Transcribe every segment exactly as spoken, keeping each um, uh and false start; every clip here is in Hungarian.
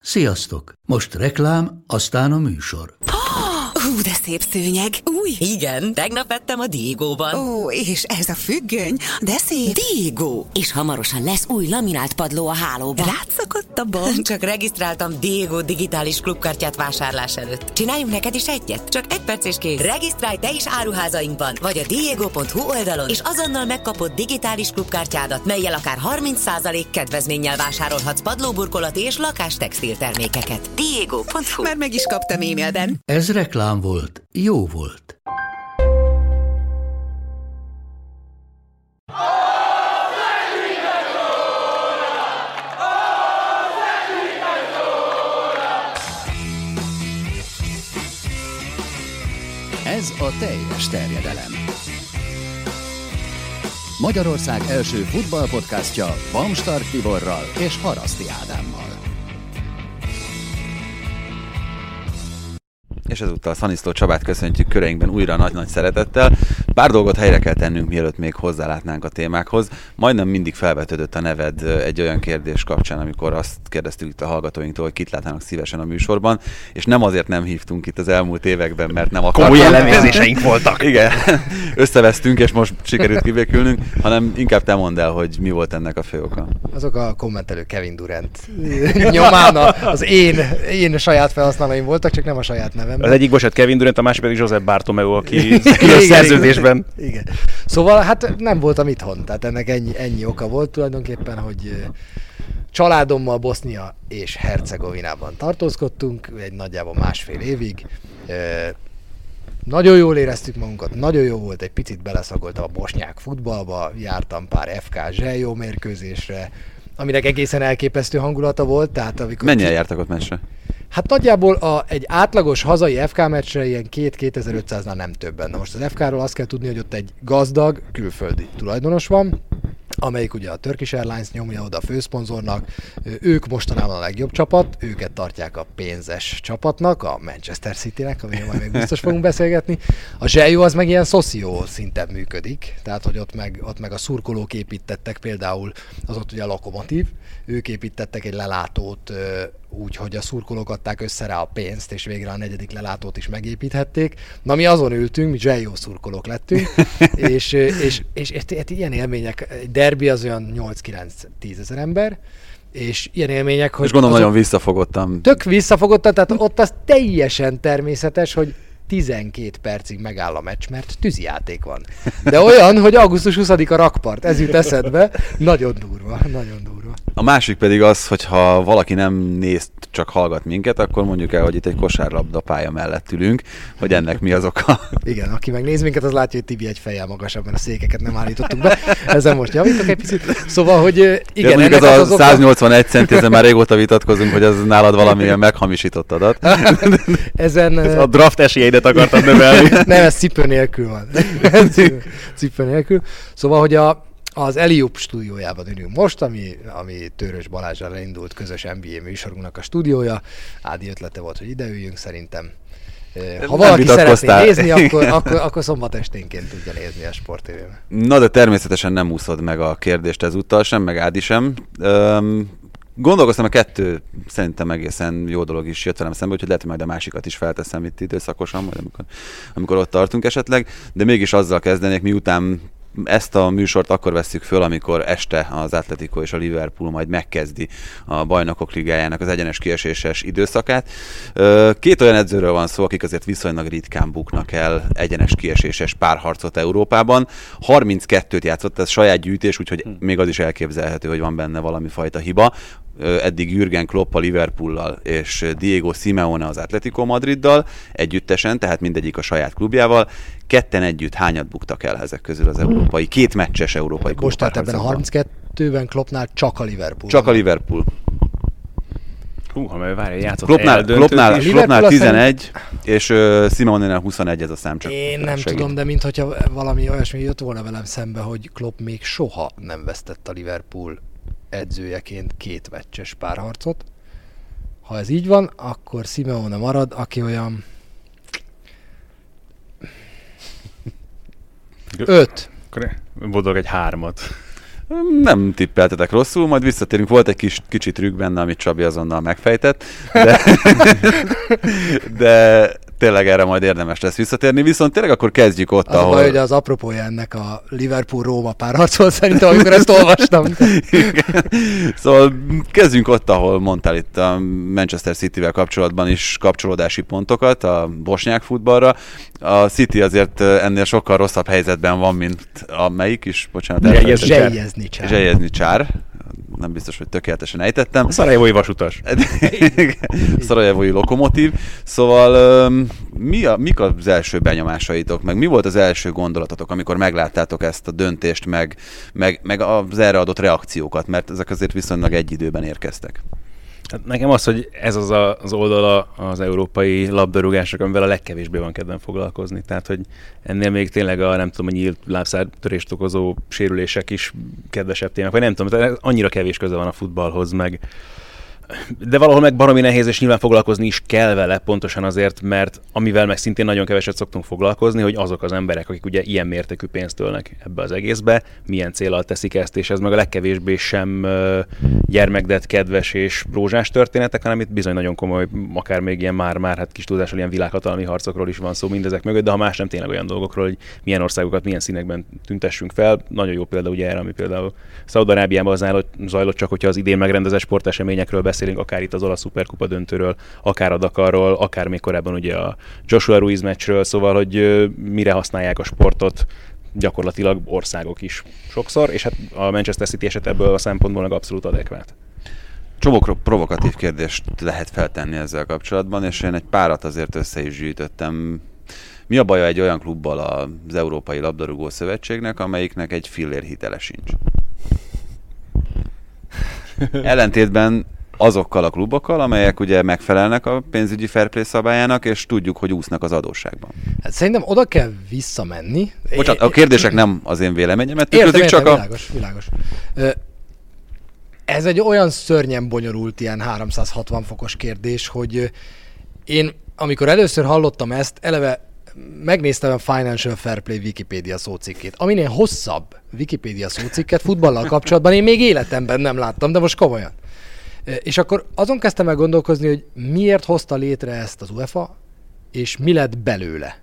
Sziasztok! Most reklám, aztán a műsor. Hú, de szép szőnyeg. Új. Igen, tegnap vettem a Diegóban. Ó, és ez a függöny, de szép. Diegó. És hamarosan lesz új laminált padló a hálóban. Rátszakadt a bank. Csak regisztráltam Diegó digitális klubkártyát vásárlás előtt. Csináljunk neked is egyet? Csak egy perc és kész. Regisztrálj te is áruházainkban, vagy a diego pont hu oldalon, és azonnal megkapod digitális klubkártyádat, mellyel akár harminc százalék kedvezménnyel vásárolhatsz padlóburkolati és lakástextil termékeket. diego pont hu. Már meg is kaptam e-mailben. Ez reklám volt, jó volt. Ez a teljes terjedelem. Magyarország első futballpodcastja Bamstark Tiborral és Haraszti Ádámmal. És ezúttal Szaniszló Csabát köszöntjük köreinkben újra nagy-nagy szeretettel. Pár dolgot helyre kell tennünk, mielőtt még hozzálátnánk a témákhoz. Majdnem mindig felvetődött a neved egy olyan kérdés kapcsán, amikor azt kérdeztük itt a hallgatóinktól, hogy kit látnának szívesen a műsorban, és nem azért nem hívtunk itt az elmúlt években, mert nem akartunk. Komoly ellenőrzéseink voltak. Igen, összevesztünk, és most sikerült kibékülnünk, hanem inkább te mondd el, hogy mi volt ennek a fő oka. Azok a kommentelő Kevin Durant nyomán az én, én saját felhasználóim voltak, csak nem a saját nevem. Az egyik, bocsánat, Kevin Durant, a másik pedig Josep Bartomeu, aki külön szerződésben. Igen, igen. Szóval hát nem voltam itthon, tehát ennek ennyi, ennyi oka volt tulajdonképpen, hogy családommal Bosznia és Hercegovinában tartózkodtunk, egy nagyjából másfél évig. Nagyon jól éreztük magunkat, nagyon jó volt, egy picit beleszagoltam a bosnyák futballba, jártam pár ef ká Zselyó mérkőzésre, aminek egészen elképesztő hangulata volt. Tehát amikor mennyien jártak ott meccsre? Hát nagyjából a, egy átlagos hazai ef ká meccsre ilyen két-kétezer-ötszáznál nem többen. Na most az ef ká-ról azt kell tudni, hogy ott egy gazdag, külföldi tulajdonos van, amelyik ugye a Turkish Airlines nyomja oda a főszponzornak. Ők mostanában a legjobb csapat, őket tartják a pénzes csapatnak, a Manchester Citynek, amiről majd még biztos fogunk beszélgetni. A Zselyó az meg ilyen szoció szinten működik, tehát hogy ott meg, ott meg a szurkolók építettek, például az ott ugye a Lokomotív, ők építettek egy lelátót úgy, hogy a szurkolók adták össze rá a pénzt, és végre a negyedik lelátót is megépíthették. Na mi azon ültünk, mi Zselyó szurkolók lettünk, és, és, és, és, és, és ilyen élmények, egy derbi az olyan nyolc-kilenc-tíz ezer ember, és ilyen élmények, hogy... És gondolom nagyon visszafogottam. Tök visszafogottam, tehát ott az teljesen természetes, hogy tizenkét percig megáll a meccs, mert tűzijáték van. De olyan, hogy augusztus huszadika rakpart, ez jut eszedbe, nagyon durva, nagyon durva. A másik pedig az, hogy ha valaki nem néz, csak hallgat minket, akkor mondjuk el, hogy itt egy kosárlabda pálya mellett ülünk, hogy ennek mi az oka. Igen, aki megnéz minket, az látja, hogy Tibi egy fejjel magasabb, mert a székeket nem állítottuk be. Ezen most javítok egy picit. Szóval, hogy igen, mondjuk ez a az oka... száznyolcvanöt centi, ezen már régóta vitatkozunk, hogy az nálad valamilyen meghamisított adat. Ezen... Ez a draft esélyeidet akartad növelni. Nem, ez cipő nélkül van. Cipő nélkül. Szóval, hogy a az Eliup stúdiójában ülünk most, ami, ami Törös Balázsral elindult közös en bé á műsorunknak a stúdiója. Ádi ötlete volt, hogy ide üljünk szerintem. Ha valaki szeretné nézni, akkor, akkor, akkor szombat esténként tudja nézni a Sport té vében. Na de természetesen nem úszod meg a kérdést ezúttal sem, meg Ádi sem. Um, Gondolkoztam, a kettő szerintem egészen jó dolog is jött velem szembe, úgyhogy lehet, hogy majd a másikat is felteszem itt időszakosan, majd amikor, amikor ott tartunk esetleg, de mégis azzal kezdenék, miután ezt a műsort akkor vesszük föl, amikor este az Atletico és a Liverpool majd megkezdi a Bajnokok Ligájának az egyenes kieséses időszakát. Két olyan edzőről van szó, akik azért viszonylag ritkán buknak el egyenes kieséses párharcot Európában. harminckettőt játszott, ez saját gyűjtés, úgyhogy még az is elképzelhető, hogy van benne valami fajta hiba. Eddig Jürgen Klopp a Liverpoollal és Diego Simeone az Atletico Madriddal együttesen, tehát mindegyik a saját klubjával. Ketten együtt hányat buktak el ezek közül az európai, két meccses európai klub. Most tehát ebben a harminckettőben Kloppnál csak a Liverpool. Csak a Liverpool. Húha, mert várj, játszott Kloppnál, Kloppnál, Kloppnál tizenegy, és uh, Simeone-nál huszonegy ez a szám, csak én nem segít. tudom, de mintha valami olyasmi jött volna velem szembe, hogy Klopp még soha nem vesztett a Liverpool edzőjeként két meccses párharcot. Ha ez így van, akkor Simeone marad, aki olyan öt. Akkor bodog egy hármat. Nem tippeltetek rosszul, majd visszatérünk. Volt egy kis, kicsi trükk benne, amit Csabi azonnal megfejtett, de, de tényleg erre majd érdemes lesz visszatérni, viszont tényleg akkor kezdjük ott, az ahol... Az a baj, hogy az apropója ennek a Liverpool-Róma párharc volt szerintem, amikor ezt olvastam. Szóval kezdjünk ott, ahol mondtál itt a Manchester Cityvel kapcsolatban is kapcsolódási pontokat a bosnyák futballra. A City azért ennél sokkal rosszabb helyzetben van, mint a melyik is, bocsánat. Zseljezni csár. Zseljezni csár. Nem biztos, hogy tökéletesen ejtettem. A szarajevói vasutas. Szarajevói lokomotív. Szóval mi a, mik az első benyomásaitok, meg mi volt az első gondolatotok, amikor megláttátok ezt a döntést, meg, meg, meg az erre adott reakciókat, mert ezek azért viszonylag egy időben érkeztek. Hát nekem az, hogy ez az a, az oldala az európai labdarúgások, amivel a legkevésbé van kedven foglalkozni. Tehát, hogy ennél még tényleg a nem tudom, a nyílt lábszártörést okozó sérülések is kedvesebb témák, vagy nem tudom, tehát annyira kevés köze van a futballhoz, meg de valahol meg baromi nehéz, és nyilván foglalkozni is kell vele, pontosan azért, mert amivel meg szintén nagyon keveset szoktunk foglalkozni, hogy azok az emberek, akik ugye ilyen mértékű pénzt ölnek ebbe az egészbe, milyen céllal teszik ezt, és ez meg a legkevésbé sem gyermekdet, kedves és rózsás történetek, hanem itt bizony nagyon komoly, akár még ilyen már-már, hát kis túlzással ilyen világhatalmi harcokról is van szó mindezek mögött, de ha más nem, tényleg olyan dolgokról, hogy milyen országokat milyen színekben tüntessünk fel. Nagyon jó példa ugye erre, ami például Szaúd-Arábiában zajlott, zajlott, csak hogyha az idén megrendezett sporteseményekről beszélünk, akár itt az olasz szuperkupa döntőről, akár a Dakarról, akár még korábban ugye a Joshua Ruiz meccsről, szóval, hogy mire használják a sportot gyakorlatilag országok is sokszor, és hát a Manchester City eset ebből a szempontból meg abszolút adekvát. Csomó provokatív kérdést lehet feltenni ezzel kapcsolatban, és én egy párat azért össze is gyűjtöttem. Mi a baja egy olyan klubbal az Európai Labdarúgó Szövetségnek, amelyiknek egy fillér hitele sincs? Ellentétben azokkal a klubokkal, amelyek ugye megfelelnek a pénzügyi fair play szabályának, és tudjuk, hogy úsznak az adósságban. Hát szerintem oda kell visszamenni. Bocsánat, a kérdések nem az én véleményemet tükrözik, csak értem, a... világos, világos. Ez egy olyan szörnyen bonyolult, ilyen háromszázhatvan fokos kérdés, hogy én, amikor először hallottam ezt, eleve megnéztem a Financial Fair Play Wikipédia szócikkét. Aminél hosszabb Wikipédia szócikket futballal kapcsolatban én még életemben nem láttam, de most komolyan. És akkor azon kezdtem el gondolkozni, hogy miért hozta létre ezt az UEFA, és mi lett belőle.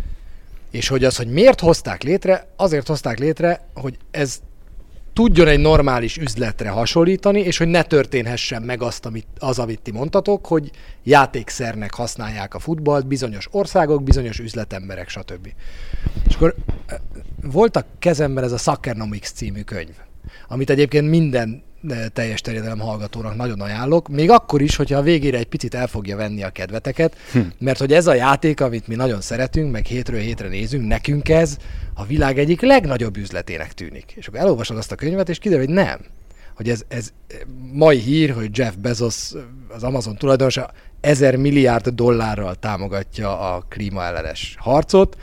És hogy az, hogy miért hozták létre, azért hozták létre, hogy ez tudjon egy normális üzletre hasonlítani, és hogy ne történhessen meg azt, amit, az, amit ti mondtatok, hogy játékszernek használják a futballt bizonyos országok, bizonyos üzletemberek, stb. És akkor volt a kezemben ez a Soccernomics című könyv, amit egyébként minden teljes terjedelem hallgatónak nagyon ajánlok, még akkor is, hogyha a végére egy picit el fogja venni a kedveteket, hm. mert hogy ez a játék, amit mi nagyon szeretünk, meg hétről hétre nézünk, nekünk ez a világ egyik legnagyobb üzletének tűnik. És akkor elolvasod azt a könyvet, és kiderül, hogy nem. Hogy ez, ez mai hír, hogy Jeff Bezos, az Amazon tulajdonosa, ezer milliárd dollárral támogatja a klímaellenes harcot.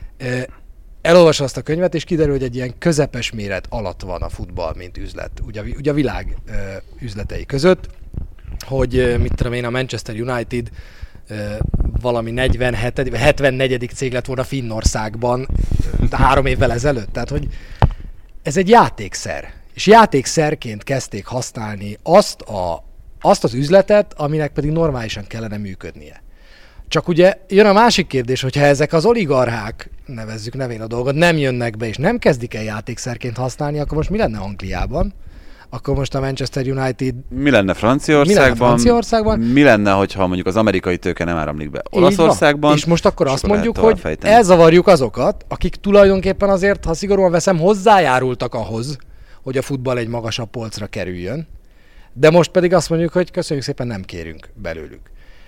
Elolvasod azt a könyvet, és kiderül, hogy egy ilyen közepes méret alatt van a futball, mint üzlet. Ugye, ugye a világ ö, üzletei között, hogy ö, mit tudom én, a Manchester United ö, valami negyvenhetedik vagy hetvennegyedik cég lett volna Finnországban három évvel ezelőtt. Tehát, hogy ez egy játékszer. És játékszerként kezdték használni azt, a, azt az üzletet, aminek pedig normálisan kellene működnie. Csak ugye jön a másik kérdés, hogyha ezek az oligarchák, nevezzük nevén a dolgot, nem jönnek be és nem kezdik el játékszerként használni, akkor most mi lenne Angliában? Akkor most a Manchester United... Mi lenne Franciaországban? Mi lenne Franciaországban? Mi lenne, hogyha mondjuk az amerikai tőke nem áramlik be Olaszországban? És most akkor azt mondjuk, hogy fejteni. elzavarjuk azokat, akik tulajdonképpen azért, ha szigorúan veszem, hozzájárultak ahhoz, hogy a futball egy magasabb polcra kerüljön, de most pedig azt mondjuk, hogy köszönjük szépen, nem kérünk belőlük.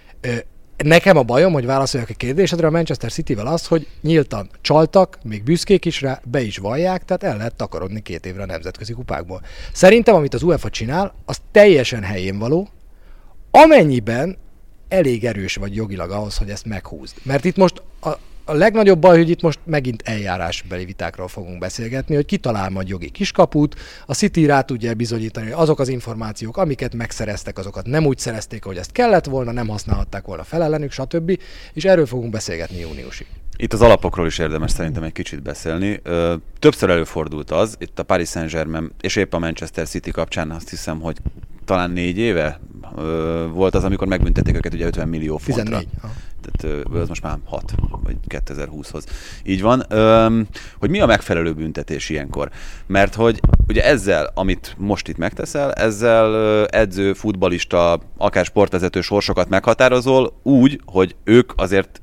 Nekem a bajom, hogy válaszoljak a kérdésedre a Manchester Cityvel az, hogy nyíltan csaltak, még büszkék is rá, be is vallják, tehát el lehet takarodni két évre a nemzetközi kupákból. Szerintem, amit az UEFA csinál, az teljesen helyén való, amennyiben elég erős vagy jogilag ahhoz, hogy ezt meghúzd. Mert itt most a, a legnagyobb baj, hogy itt most megint eljárásbeli vitákról fogunk beszélgetni, hogy ki talál majd jogi kiskaput, a City rá tudja bizonyítani, hogy azok az információk, amiket megszereztek, azokat nem úgy szerezték, ahogy ezt kellett volna, nem használhatták volna fel ellenük, stb. És erről fogunk beszélgetni júniusig. Itt az alapokról is érdemes szerintem egy kicsit beszélni. Többször előfordult az, itt a Paris Saint-Germain és épp a Manchester City kapcsán azt hiszem, hogy talán négy éve volt az, amikor megbüntették őket ugye ötven millió fontra. tizennégy. Tehát az most már hat, vagy kétezer-húszhoz. Így van. Hogy mi a megfelelő büntetés ilyenkor? Mert hogy ugye ezzel, amit most itt megteszel, ezzel edző, futballista, akár sportvezető sorsokat meghatározol úgy, hogy ők azért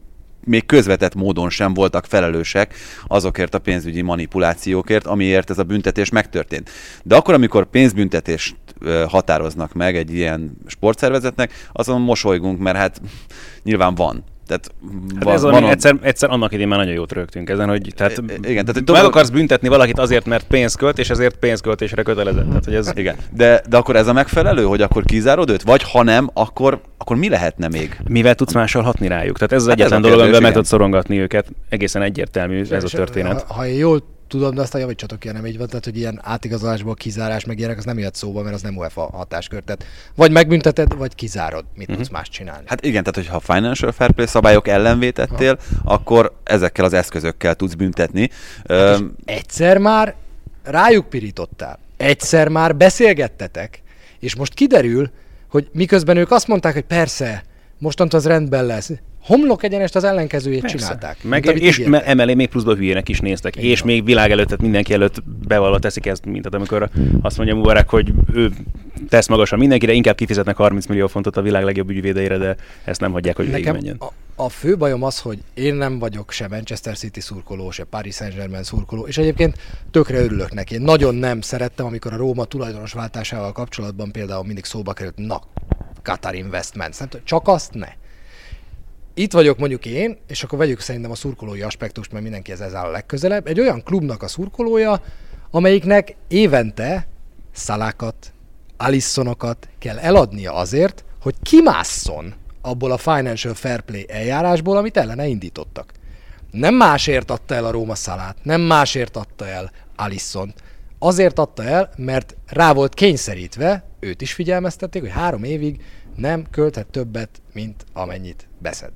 még közvetett módon sem voltak felelősek azokért a pénzügyi manipulációkért, amiért ez a büntetés megtörtént. De akkor, amikor pénzbüntetést határoznak meg egy ilyen sportszervezetnek, azon mosolygunk, mert hát nyilván van. Tehát hát van, ez van van, a... egyszer, egyszer annak idén már nagyon jót rögtünk ezen, hogy tehát, igen, tehát hogy meg tovább... akarsz büntetni valakit azért, mert pénzt költ, és ezért pénzköltésre kötelezett. Tehát, hogy ez... Igen, de, de akkor ez a megfelelő, hogy akkor kizárod őt? Vagy ha nem, akkor, akkor mi lehetne még? Mivel tudsz mással hatni rájuk? Tehát ez az Hát egyetlen ez a dolog, kérdés, amivel meg igen. tudsz szorongatni őket. Egészen egyértelmű ez a És, történet. Ha, ha én jól tudom, de aztán javítsatok ki, nem így van, tehát hogy ilyen átigazolásból kizárás, meg ilyenek, az nem jött szóba, mert az nem UEFA hatáskör. Tehát vagy megbünteted, vagy kizárod, mit uh-huh. tudsz más csinálni. Hát igen, tehát hogyha financial fair play szabályok ellen vétettél, ha. akkor ezekkel az eszközökkel tudsz büntetni. Hát és egyszer már rájuk pirítottál, egyszer már beszélgettetek, és most kiderül, hogy miközben ők azt mondták, hogy persze, mostantól az rendben lesz, homlok egyenest az ellenkezőjét Persze. csinálták. Meg, mint, és ígértek. emellé még pluszban hülyének is néztek. Igen. És még világ előtt, tehát mindenki előtt bevallva teszik ezt, mint amikor azt mondja Mubarak, hogy ő tesz magasan mindenkire, inkább kifizetnek harminc millió fontot a világ legjobb ügyvédeire, de ezt nem hagyják, hogy Nekem végigmenjen. a, a fő bajom az, hogy én nem vagyok se Manchester City szurkoló, se Paris Saint-Germain szurkoló, és egyébként tökre örülök neki. Én nagyon nem szerettem, amikor a Róma tulajdonos váltásával kapcsolatban például mindig szóba került, na, Qatar Investments, nem tudom, csak azt ne. Itt vagyok mondjuk én, és akkor vegyük szerintem a szurkolói aspektust, mert mindenki ezzel áll a legközelebb, egy olyan klubnak a szurkolója, amelyiknek évente Salákat, Alissonokat kell eladnia azért, hogy kimásszon abból a financial fair play eljárásból, amit ellene indítottak. Nem másért adta el a Róma Salát, nem másért adta el Alissont. Azért adta el, mert rá volt kényszerítve, őt is figyelmeztették, hogy három évig nem költhet többet, mint amennyit beszed.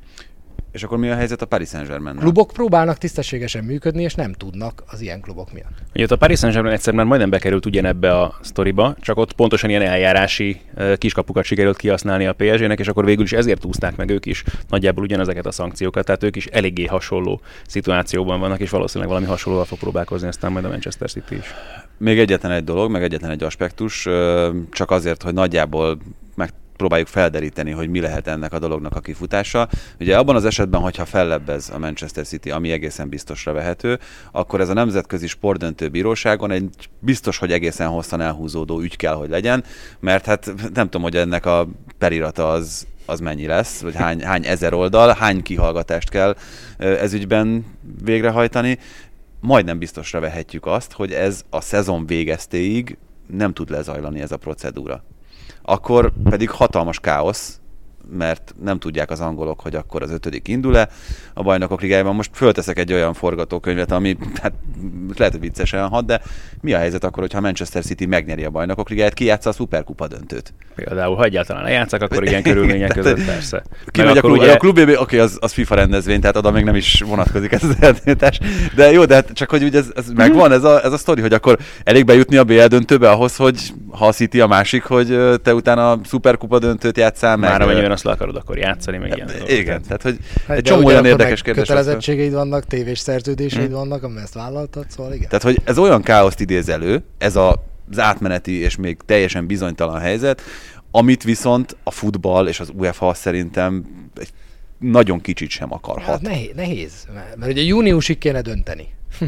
És akkor mi a helyzet a Paris Saint-Germain-nál? Klubok próbálnak tisztességesen működni, és nem tudnak az ilyen klubok miatt. Ugye ott a Paris Saint-Germain egyszer már majdnem bekerült ugyanebbe a sztoriba, csak ott pontosan ilyen eljárási uh, kiskapukat sikerült kihasználni a pé es gének, és akkor végül is ezért úszták meg ők is nagyjából ugyanezeket a szankciókat, tehát ők is eléggé hasonló szituációban vannak, és valószínűleg valami hasonlóval fog próbálkozni aztán majd a Manchester City is. Még egyetlen egy dolog, meg egyetlen egy aspektus, csak azért, hogy nagyjából meg próbáljuk felderíteni, hogy mi lehet ennek a dolognak a kifutása. Ugye abban az esetben, hogyha fellebbez a Manchester City, ami egészen biztosra vehető, akkor ez a Nemzetközi Sportdöntő Bíróságon egy biztos, hogy egészen hosszan elhúzódó ügy kell, hogy legyen, mert hát nem tudom, hogy ennek a perirata az, az mennyi lesz, vagy hány, hány ezer oldal, hány kihallgatást kell ez ügyben végrehajtani. Majdnem biztosra vehetjük azt, hogy ez a szezon végeztéig nem tud lezajlani ez a procedúra. Akkor pedig hatalmas káosz, mert nem tudják az angolok, hogy akkor az ötödik indul-e a Bajnokok Ligájában. Most fölteszek egy olyan forgatókönyvet, ami hát lehet, hogy viccesen hat, de mi a helyzet akkor, hogyha Manchester City megnyeri a Bajnokok Ligáját, ki játsza a Szuperkupa döntőt? Például, ha egyáltalán lejátszák, akkor ilyen körülmények között persze. Ki megy a klub, ugye... a klub oké, okay, az, az FIFA rendezvény, tehát oda még nem is vonatkozik ez az eltiltás. De jó, de hát csak hogy ugye ez, ez megvan, ez a, ez a sztori, hogy akkor elég bejutni a bé el döntőbe ahhoz, hogy ha a City a másik, hogy te utána a Szuperkupa döntőt játszál meg. Már amennyiben azt le akarod akkor játszani, meg ilyen. Igen, tehát hogy hát egy csomó olyan érdekes kérdés. Kötelezettségeid vannak, tévés szerződéseid hmm. vannak, amivel ezt vállaltad, szóval igen. Tehát, hogy ez olyan káoszt idéz elő, ez a, az átmeneti és még teljesen bizonytalan helyzet, amit viszont a futball és az UEFA szerintem egy nagyon kicsit sem akarhat. Hát nehéz, nehéz mert, mert ugye júniusig kéne dönteni.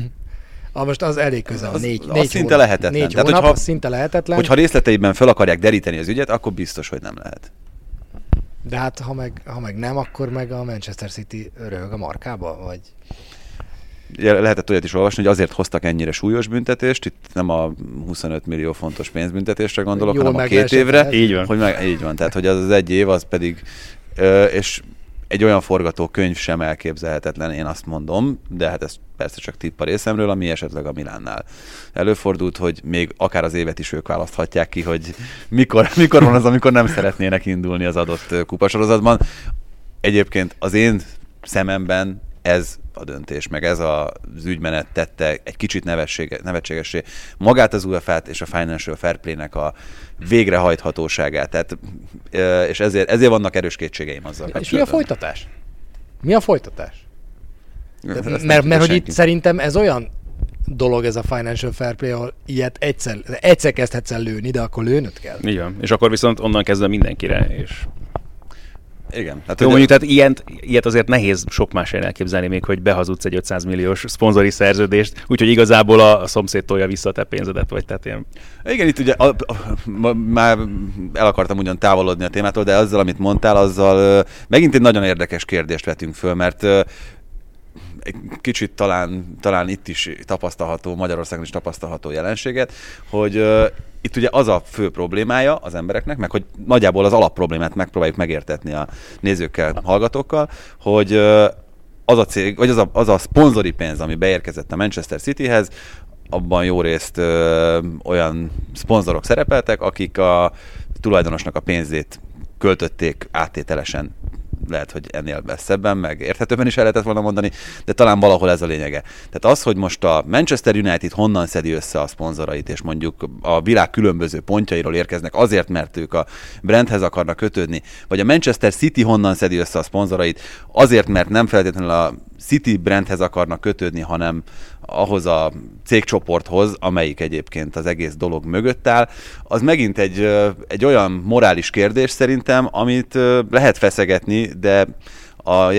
Ah, most az elég közel, az, négy, az négy szinte hónap, lehetetlen. Négy Tehát, hónap, hogyha, az szinte lehetetlen. Hogyha részleteiben fel akarják deríteni az ügyet, akkor biztos, hogy nem lehet. De hát ha meg, ha meg nem, akkor meg a Manchester City röhög a markába, vagy... Lehetett olyat is olvasni, hogy azért hoztak ennyire súlyos büntetést, itt nem a huszonöt millió fontos pénzbüntetésre gondolok, jól hanem a két évre. Így van. Hogy meg, így van, tehát hogy az az egy év, az pedig, és egy olyan forgatókönyv sem elképzelhetetlen, én azt mondom, de hát ez persze csak tipp a részemről, ami esetleg a Milánnál előfordult, hogy még akár az évet is ők választhatják ki, hogy mikor, mikor van az, amikor nem szeretnének indulni az adott kupasorozatban. Egyébként az én szememben ez a döntés, meg ez az ügymenet tette egy kicsit nevetségessé magát az u e fá-t és a Financial Fair Play-nek a végrehajthatóságát. Tehát, és ezért, ezért vannak erős kétségeim azzal kapcsolatban. És mi a folytatás? Mi a folytatás? De, mert mert hogy itt szerintem ez olyan dolog ez a Financial Fair Play, ahol ilyet egyszer, egyszer kezdhetsz el lőni, de akkor lőnöd kell. Igen, és akkor viszont onnan kezdve mindenkire, és... Igen. Hát Jó, mondjuk, tehát ilyet, ilyet azért nehéz sok más helyen elképzelni még, hogy behazudsz egy ötszáz milliós szponzori szerződést, úgyhogy igazából a, a szomszéd tolja vissza a te pénzedet, vagy tehát ilyen... Igen, itt ugye a, a, a, már el akartam ugyan távolodni a témától, de azzal, amit mondtál, azzal megint egy nagyon érdekes kérdést vetünk föl, mert egy kicsit talán, talán itt is tapasztalható, Magyarországon is tapasztalható jelenséget, hogy uh, itt ugye az a fő problémája az embereknek, meg hogy nagyjából az alapproblémát megpróbáljuk megértetni a nézőkkel, hallgatókkal, hogy uh, az a cég, vagy az a, az a szponzori pénz, ami beérkezett a Manchester Cityhez, abban jó részt uh, olyan szponzorok szerepeltek, akik a tulajdonosnak a pénzét költötték áttételesen. Lehet, hogy ennél messzebben, meg érthetőben is el lehetett volna mondani, de talán valahol ez a lényege. Tehát az, hogy most a Manchester United honnan szedi össze a szponzorait, és mondjuk a világ különböző pontjairól érkeznek azért, mert ők a brandhez akarnak kötődni, vagy a Manchester City honnan szedi össze a szponzorait azért, mert nem feltétlenül a City brandhez akarnak kötődni, hanem ahhoz a cégcsoporthoz, amelyik egyébként az egész dolog mögött áll, az megint egy, egy olyan morális kérdés szerintem, amit lehet feszegetni, de a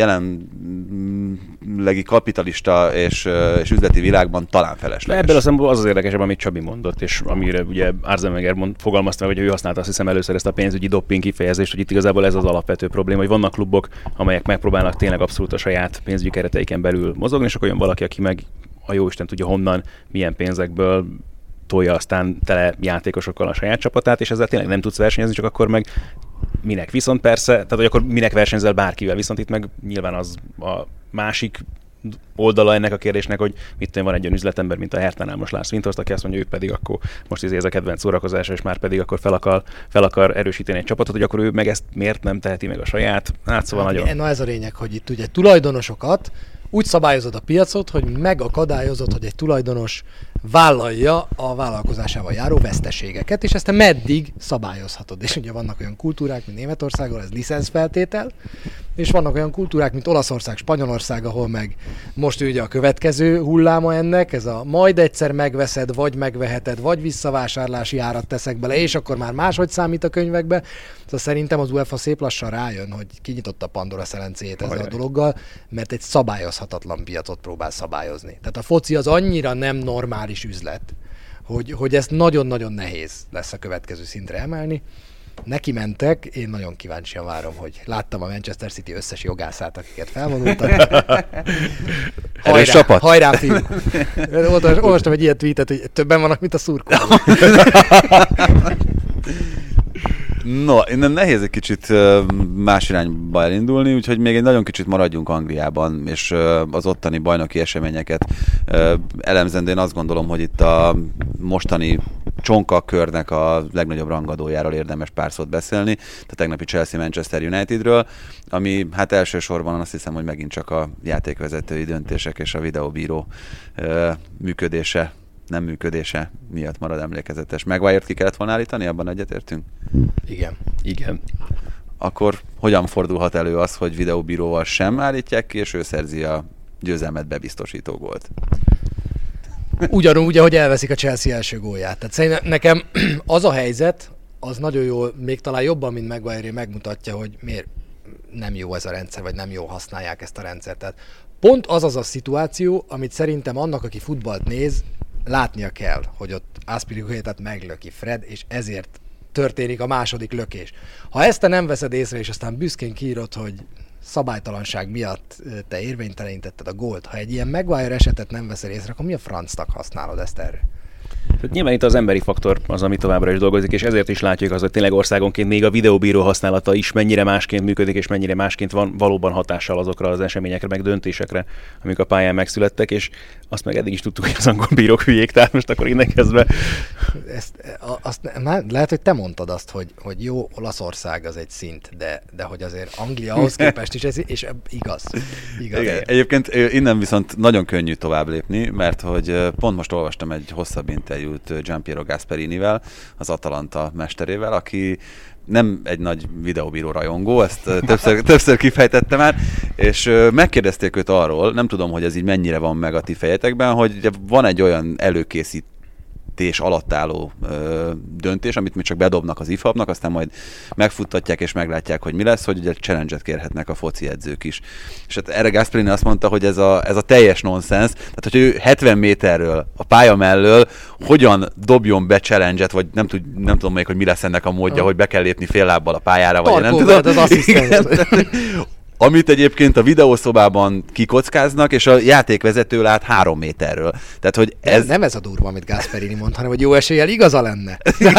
jelenlegi kapitalista és, és üzleti világban talán felesleges. Ebből a szempontból az az érdekesebb, amit Csabi mondott, és amire ugye Arsene Wenger mond, fogalmazta meg, hogy ő használta azt hiszem először ezt a pénzügyi dopping kifejezést, hogy itt igazából ez az alapvető probléma, hogy vannak klubok, amelyek megpróbálnak tényleg abszolút a saját pénzügyi kereteiken belül mozogni, és akkor jön valaki, aki meg a jóisten tudja honnan, milyen pénzekből tolja aztán tele játékosokkal a saját csapatát, és ezzel tényleg nem tudsz versenyezni, csak akkor meg minek. Viszont persze, tehát hogy akkor minek versenyzel bárkivel, viszont itt meg nyilván az a másik oldala ennek a kérdésnek, hogy mit tudom, van egy olyan üzletember, mint a Hertha-nál most Lars Windhorst, aki azt mondja, ő pedig akkor most ez a kedvenc szórakozása, és már pedig akkor fel akar, fel akar erősíteni egy csapatot, hogy akkor ő meg ezt miért nem teheti meg a saját. Hát szóval hát, nagyon... Na ez a lényeg, hogy itt ugye tulajdonosokat úgy szabályozod a piacot, hogy megakadályozod, hogy egy tulajdonos vállalja a vállalkozásával járó veszteségeket, és ezt te meddig szabályozhatod. És ugye vannak olyan kultúrák, mint Németországban, ez licenszfeltétel, és vannak olyan kultúrák, mint Olaszország, Spanyolország, ahol meg most ugye a következő hulláma ennek, ez a majd egyszer megveszed, vagy megveheted, vagy visszavásárlási árat teszek bele, és akkor már máshogy számít a könyvekbe. Szóval szerintem az UEFA szép lassan rájön, hogy kinyitotta Pandora szelencéjét ezzel a dologgal, mert egy szabályozhatatlan piacot próbál szabályozni. Tehát a foci az annyira nem normális üzlet, hogy, hogy ezt nagyon-nagyon nehéz lesz a következő szintre emelni. Neki mentek, én nagyon kíváncsian várom, hogy láttam a Manchester City összes jogászát, akiket felvonultak. Hajrá, hajrá fiú! Olvastam egy ilyen tweetet, hogy többen vannak, mint a szurkolók. No, innen nehéz egy kicsit más irányba elindulni, úgyhogy még egy nagyon kicsit maradjunk Angliában, és az ottani bajnoki eseményeket elemzendén azt gondolom, hogy itt a mostani csonka körnek a legnagyobb rangadójáról érdemes pár szót beszélni, a tegnapi Chelsea-Manchester Unitedről, ami hát elsősorban azt hiszem, hogy megint csak a játékvezetői döntések és a videóbíró működése nem működése miatt marad emlékezetes. Maguire-t ki kellett volna állítani, abban egyetértünk? Igen. Igen. Akkor hogyan fordulhat elő az, hogy videóbíróval sem állítják ki, és ő szerzi a győzelmet bebiztosító gólt? Ugyanúgy, ahogy elveszik a Chelsea első gólját. Tehát szerintem nekem az a helyzet, az nagyon jól, még talán jobban, mint Maguire megmutatja, hogy miért nem jó ez a rendszer, vagy nem jó használják ezt a rendszert. Tehát pont az az a szituáció, amit szerintem annak, aki futballt néz, látnia kell, hogy ott Azpilicuétát meglöki Fred, és ezért történik a második lökés. Ha ezt te nem veszed észre, és aztán büszkén kiírod, hogy szabálytalanság miatt te érvénytelenítetted a gólt, ha egy ilyen Maguire esetet nem veszel észre, akkor mi a francnak használod ezt erre? Tehát nyilván itt az emberi faktor az, ami továbbra is dolgozik, és ezért is látjuk az, hogy tényleg országonként még a videóbíró használata is mennyire másként működik, és mennyire másként van valóban hatással azokra az eseményekre, meg döntésekre, amik a pályán megszülettek, és azt meg eddig is tudtuk, hogy az angol bírók hülyék, tehát most akkor innen kezdve. Ezt, azt, már lehet, hogy te mondtad azt, hogy, hogy jó, Olaszország az egy szint, de, de hogy azért Anglia ahhoz képest is ez, és igaz. igaz. Igen. Egyébként innen viszont nagyon könnyű tovább lépni, mert hogy pont most olvastam egy hosszabb interjút Gianpiero Gasperinivel, az Atalanta mesterével, aki nem egy nagy videóbíró rajongó, ezt többször, többször kifejtette már, és megkérdezték őt arról, nem tudom, hogy ez így mennyire van meg a ti fejetekben, hogy van egy olyan előkészít alatt álló ö, döntés, amit mi csak bedobnak az ifabnak, aztán majd megfuttatják és meglátják, hogy mi lesz, hogy ugye challenge-et kérhetnek a foci edzők is. És hát erre Gasperini azt mondta, hogy ez a, ez a teljes nonsens, tehát hogy ő hetven méterről a pálya mellől hogyan dobjon be challenge-et, vagy nem, tud, nem tudom még, hogy mi lesz ennek a módja, ah. hogy be kell lépni fél lábbal a pályára, vagy nem tudom. Az asszisztens. Amit egyébként a videószobában kikockáznak, és a játékvezető lát három méterről. Tehát, hogy ez... Nem, nem ez a durva, amit Gasperini mond, hanem hogy jó eséllyel igaza lenne.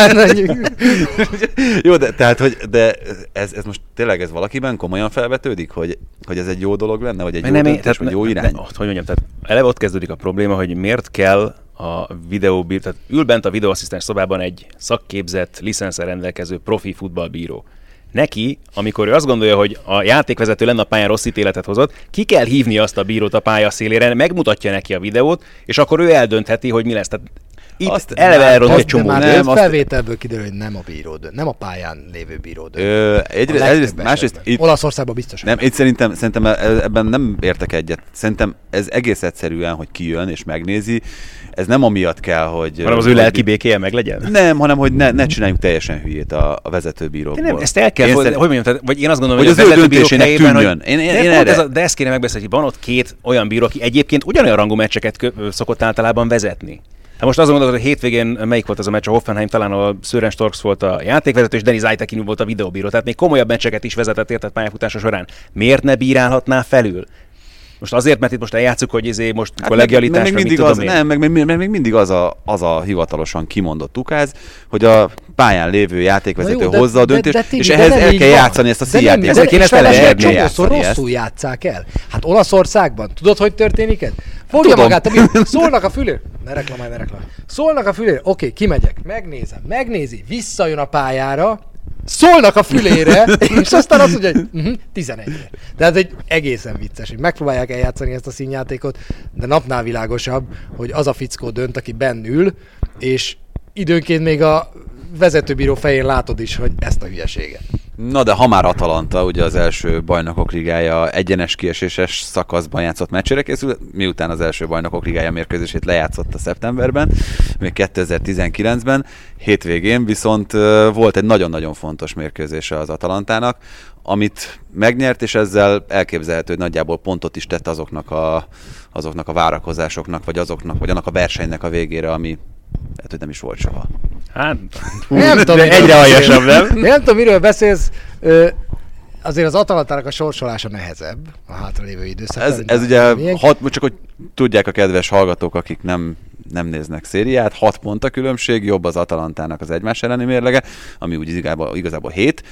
Jó, de, tehát, hogy, de ez, ez most tényleg ez valakiben komolyan felvetődik, hogy, hogy ez egy jó dolog lenne, vagy egy jó nem, döntés, tehát, vagy jó irány? Ne, hogy mondjam, tehát eleve ott kezdődik a probléma, hogy miért kell a videóbíró, tehát ül bent a videóasszisztens szobában egy szakképzett, licenszer rendelkező profi futballbíró. Neki, amikor ő azt gondolja, hogy a játékvezető lenne a pályán rossz ítéletet hozott, ki kell hívni azt a bírót a pálya szélére, megmutatja neki a videót, és akkor ő eldöntheti, hogy mi lesz. Tehát itt azt eleve elront egy csomó. Nem, azt felvételből kiderül, hogy nem a bíró dönt, nem a pályán lévő bíró dönt. Ö, egyrészt, egyrészt, másrészt itt, Olaszországban biztos. Nem, itt szerintem, szerintem ebben nem értek egyet. Szerintem ez egész egyszerűen, hogy kijön és megnézi, ez nem amiatt kell, hogy... Hanem az ő lelki békéje meg legyen? Nem, hanem hogy ne, ne csináljunk teljesen hülyét a, a vezetőbírókból. Nem, ezt el kell, hogy, szerint, hogy mondjam, tehát, vagy én azt gondolom, hogy, hogy az a vezetőbírók helyében, hogy... Én, én, én ez a, de ezt kéne megbeszélni, hogy van ott két olyan bíró, aki egyébként ugyanolyan rangú meccseket kö, szokott általában vezetni. Hát most azon gondolod, hogy hétvégén melyik volt az a meccs, a Hoffenheim, talán a Sören Storks volt a játékvezető, és Denis Ajtekin volt a videóbíró. Tehát még komolyabb meccseket is vezetett, érted, pályafutása során. Miért ne bírálhatná felül? Most azért, mert itt most eljátszuk, hogy ezért most hát kollegialitás, meg, meg, mindig az, nem, meg, meg, meg még mindig az a, az a hivatalosan kimondott ukáz, hogy a pályán lévő játékvezető jó, hozza a döntést, de, de, és ehhez el kell játszani ezt a színjátékot. Ezzel kéne ezt el csomószor rosszul játsszák el. Hát Olaszországban, tudod, hogy történik ez? Fogja Tudom. magát, ami szólnak a fülér. Ne reklamálj, ne reklamálj. Szólnak a fülér. Oké, okay, kimegyek, megnézem, megnézi, visszajön a pályára, szólnak a fülére, és aztán azt mondja, hogy uh-huh, tizenegyre. De ez egy egészen vicces, hogy megpróbálják eljátszani ezt a színjátékot, de napnál világosabb, hogy az a fickó dönt, aki benn ül, és időnként még a vezetőbíró fején látod is, hogy ezt a hülyeséget. Na de ha már Atalanta, ugye az első Bajnokok Ligája egyenes kieséses szakaszban játszott meccsére készül, miután az első Bajnokok Ligája mérkőzését lejátszotta szeptemberben, még kétezer-tizenkilencben, hétvégén viszont volt egy nagyon-nagyon fontos mérkőzése az Atalantának, amit megnyert, és ezzel elképzelhető, hogy nagyjából pontot is tett azoknak a, azoknak a várakozásoknak, vagy azoknak, vagy annak a versenynek a végére, ami lehet, hogy nem is volt soha. Hát, nem tudom, egyre aljasabb, nem? Nem tudom, miről beszélsz. Ö, azért az Atalantának a sorsolása nehezebb a hátralévő időszakban. Ez, ez ugye, hat, csak hogy tudják a kedves hallgatók, akik nem, nem néznek szériát, hat pont a különbség, jobb az Atalantának az egymás elleni mérlege, ami úgy igazából, igazából hét.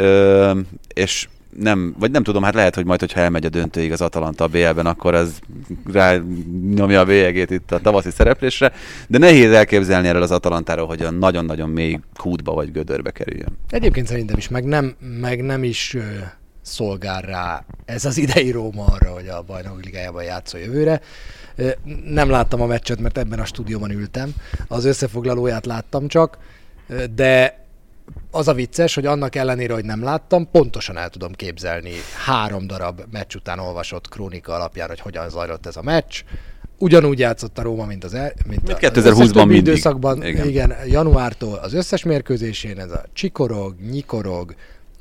Ö, és nem, vagy nem tudom, hát lehet, hogy majd, hogyha elmegy a döntőig az Atalanta a bé el-ben, akkor az rá nyomja a bélyegét itt a tavaszi szereplésre, de nehéz elképzelni erről az Atalantáról, hogy a nagyon-nagyon mély kútba vagy gödörbe kerüljön. Egyébként szerintem is, meg nem, meg nem is ö, szolgál rá ez az idei Róma arra, hogy a Bajnokok Ligájában játszol jövőre. Ö, nem láttam a meccset, mert ebben a stúdióban ültem. Az összefoglalóját láttam csak, ö, de az a vicces, hogy annak ellenére, hogy nem láttam, pontosan el tudom képzelni három darab meccs után olvasott krónika alapján, hogy hogyan zajlott ez a meccs. Ugyanúgy játszott a Róma, mint az, el, mint a, kétezer-húszban mindig. Időszakban, igen. igen, januártól az összes mérkőzésén ez a csikorog, nyikorog,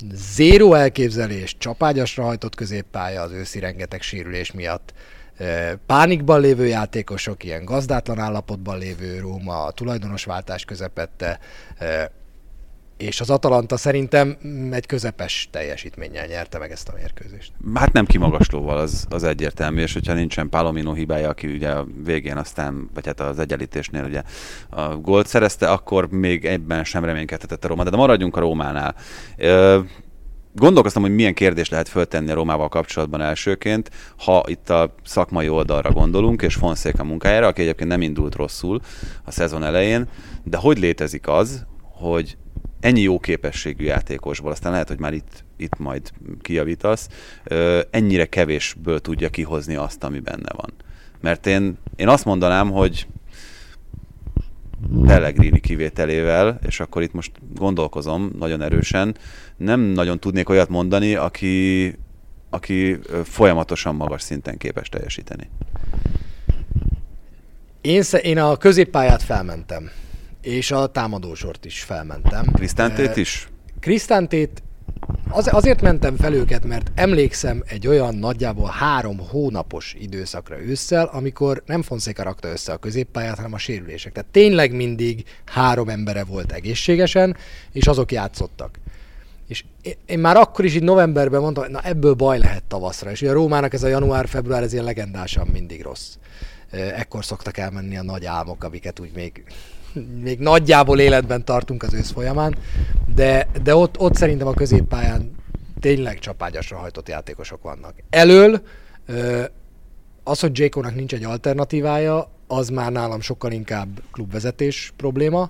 zéró elképzelés, csapágyasra hajtott középpálya az őszi rengeteg sérülés miatt. Pánikban lévő játékosok, ilyen gazdátlan állapotban lévő Róma, a tulajdonosváltás közepette, és az Atalanta szerintem egy közepes teljesítménnyel nyerte meg ezt a mérkőzést. Hát nem kimagaslóval, az, az egyértelmű, és hogyha nincsen Palomino hibája, aki ugye a végén aztán, vagy hát az egyenlítésnél ugye a gólt szerezte, akkor még ebben sem reménykedhetett a Róma. De maradjunk a Rómánál. Gondolkoztam, hogy milyen kérdést lehet föltenni a Rómával kapcsolatban elsőként, ha itt a szakmai oldalra gondolunk, és Fonseca munkájára, aki egyébként nem indult rosszul a szezon elején, de hogy létezik az, hogy ennyi jó képességű játékosból, aztán lehet, hogy már itt, itt majd kijavítasz, ennyire kevésből tudja kihozni azt, ami benne van. Mert én, én azt mondanám, hogy Pellegrini kivételével, és akkor itt most gondolkozom nagyon erősen, nem nagyon tudnék olyat mondani, aki, aki folyamatosan magas szinten képes teljesíteni. Én, én a középpályát felmentem, és a támadósort is felmentem. Krisztántét is? Krisztántét az, azért mentem fel őket, mert emlékszem egy olyan nagyjából három hónapos időszakra ősszel, amikor nem Fonseca rakta össze a középpályát, hanem a sérülések. Tehát tényleg mindig három embere volt egészségesen, és azok játszottak. És én már akkor is így novemberben mondtam, hogy na ebből baj lehet tavaszra. És ugye a Rómának ez a január-február ez ilyen legendásan mindig rossz. Ekkor szoktak elmenni a nagy álmok, amiket úgy még, még nagyjából életben tartunk az ősz folyamán, de, de ott, ott szerintem a középpályán tényleg csapágyasra hajtott játékosok vannak. Elől az, hogy Dzsékónak nincs egy alternatívája, az már nálam sokkal inkább klubvezetés probléma.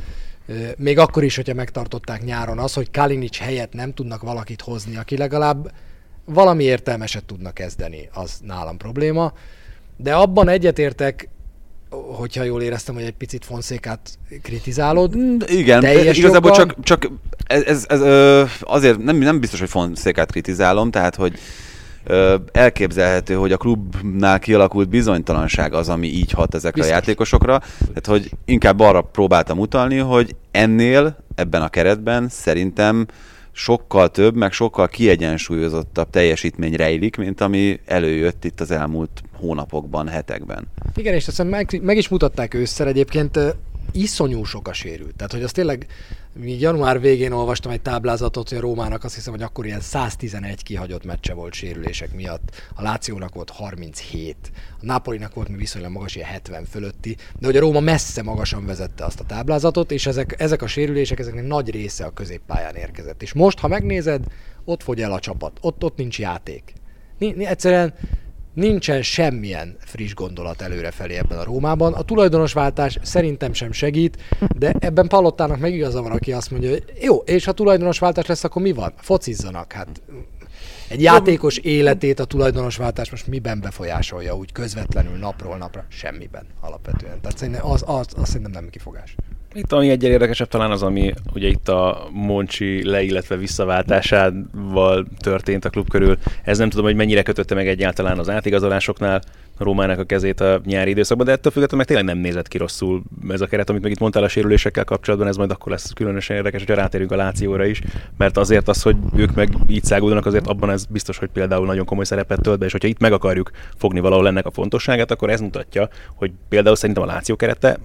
Még akkor is, hogyha megtartották nyáron az, hogy Kalinic helyett nem tudnak valakit hozni, aki legalább valami értelmeset tudna kezdeni, az nálam probléma. De abban egyetértek, hogyha jól éreztem, hogy egy picit Fonsecát kritizálod. Igen, igazából csak, csak ez, ez, ez azért nem, nem biztos, hogy Fonsecát kritizálom, tehát hogy elképzelhető, hogy a klubnál kialakult bizonytalanság az, ami így hat ezekre biztos. A játékosokra. Tehát, hogy inkább arra próbáltam utalni, hogy ennél, ebben a keretben szerintem sokkal több, meg sokkal kiegyensúlyozottabb teljesítmény rejlik, mint ami előjött itt az elmúlt hónapokban, hetekben. Igen, és azt meg, meg is mutatták ősszel egyébként, iszonyú sok a sérült. Tehát, hogy az tényleg, még január végén olvastam egy táblázatot, hogy a Rómának azt hiszem, hogy akkor ilyen száztizenegy kihagyott meccse volt sérülések miatt. A Lációnak volt harminchét, a Napolinak volt még viszonylag magas, ilyen hetven fölötti, de hogy a Róma messze magasan vezette azt a táblázatot, és ezek, ezek a sérülések, ezeknek nagy része a középpályán érkezett. És most, ha megnézed, ott fogy el a csapat, ott, ott nincs játék. N- egyszerűen nincsen semmilyen friss gondolat előrefelé ebben a Rómában. A tulajdonosváltás szerintem sem segít, de ebben Palottának meg igaza van, aki azt mondja, hogy jó, és ha tulajdonosváltás lesz, akkor mi van? Focizzanak. Hát egy játékos életét a tulajdonosváltás most miben befolyásolja, úgy közvetlenül napról napra? Semmiben alapvetően. Tehát szerintem az, az, az szerintem nem kifogás. Itt ami egyre érdekesebb talán az, ami ugye itt a Moncsi le, illetve visszaváltásával történt a klub körül. Ez nem tudom, hogy mennyire kötötte meg egyáltalán az átigazolásoknál a Rómának a kezét a nyári időszakban, de ettől függetlenül meg tényleg nem nézett ki rosszul ez a keret, amit meg itt mondtál a sérülésekkel kapcsolatban, ez majd akkor lesz különösen érdekes, hogyha rátérünk a Lációra is, mert azért az, hogy ők meg így száguldanak, azért abban ez biztos, hogy például nagyon komoly szerepet tölt be, és hogyha itt meg akarjuk fogni valahol ennek a fontosságát, akkor ez mutatja, hogy például szerintem a Láció kerete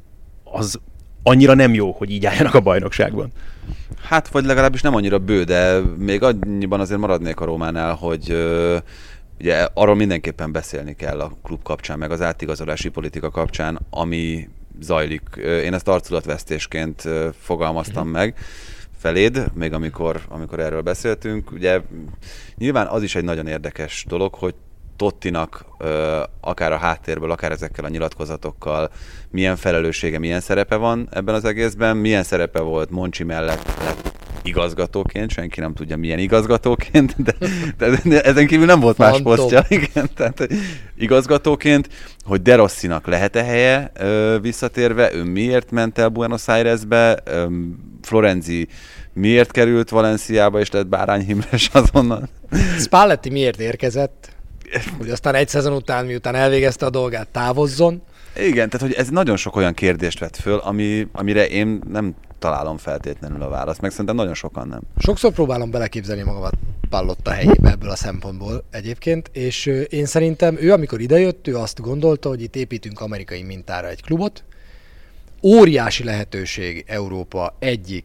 az annyira nem jó, hogy így álljanak a bajnokságban. Hát, vagy legalábbis nem annyira bő, de még annyiban azért maradnék a Rómánál, hogy ö, ugye arról mindenképpen beszélni kell a klub kapcsán, meg az átigazolási politika kapcsán, ami zajlik. Én ezt arculatvesztésként fogalmaztam uh-huh. meg feléd, még amikor, amikor erről beszéltünk. Ugye nyilván az is egy nagyon érdekes dolog, hogy Tottinak akár a háttérből, akár ezekkel a nyilatkozatokkal milyen felelőssége, milyen szerepe van ebben az egészben, milyen szerepe volt Moncsi mellett lett igazgatóként, senki nem tudja milyen igazgatóként, de, de, de ezen kívül nem volt más posztja, igen, tehát igazgatóként, hogy De Rossinak lehet-e helye visszatérve, ő miért ment el Buenos Airesbe, Florenzi miért került Valenciába és lett Bárány Imres azonnal. Spalletti miért érkezett? Hogy aztán egy szezon után, miután elvégezte a dolgát, távozzon. Igen, tehát hogy ez nagyon sok olyan kérdést vett föl, ami, amire én nem találom feltétlenül a választ, meg szerintem nagyon sokan nem. Sokszor próbálom beleképzelni magamat Pallotta helyébe ebből a szempontból egyébként, és én szerintem ő, amikor idejött, ő azt gondolta, hogy itt építünk amerikai mintára egy klubot. Óriási lehetőség Európa egyik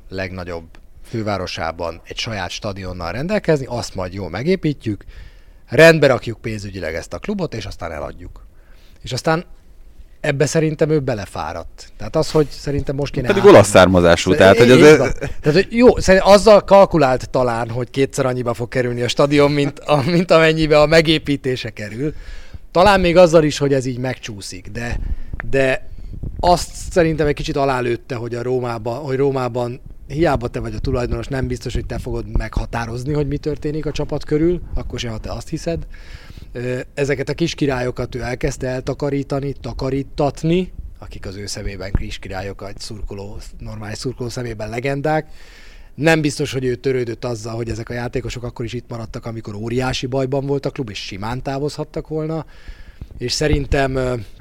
legnagyobb fővárosában egy saját stadionnal rendelkezni, azt majd jól megépítjük, rendbe rakjuk pénzügyileg ezt a klubot, és aztán eladjuk. És aztán ebbe szerintem ő belefáradt. Tehát az, hogy szerintem most kéne... Pedig olasz származású, tehát hogy azért... az... Tehát, hogy jó, szerintem azzal kalkulált talán, hogy kétszer annyiba fog kerülni a stadion, mint, a, mint amennyibe a megépítése kerül. Talán még azzal is, hogy ez így megcsúszik, de, de azt szerintem egy kicsit alálőtte, hogy a Rómában, hogy Rómában hiába te vagy a tulajdonos, nem biztos, hogy te fogod meghatározni, hogy mi történik a csapat körül, akkor sem, ha te azt hiszed. Ezeket a kis királyokat ő elkezdte eltakarítani, takarítatni, akik az ő szemében kis királyok, egy szurkoló, normális szurkoló szemében legendák. Nem biztos, hogy ő törődött azzal, hogy ezek a játékosok akkor is itt maradtak, amikor óriási bajban volt a klub, és simán távozhattak volna. És szerintem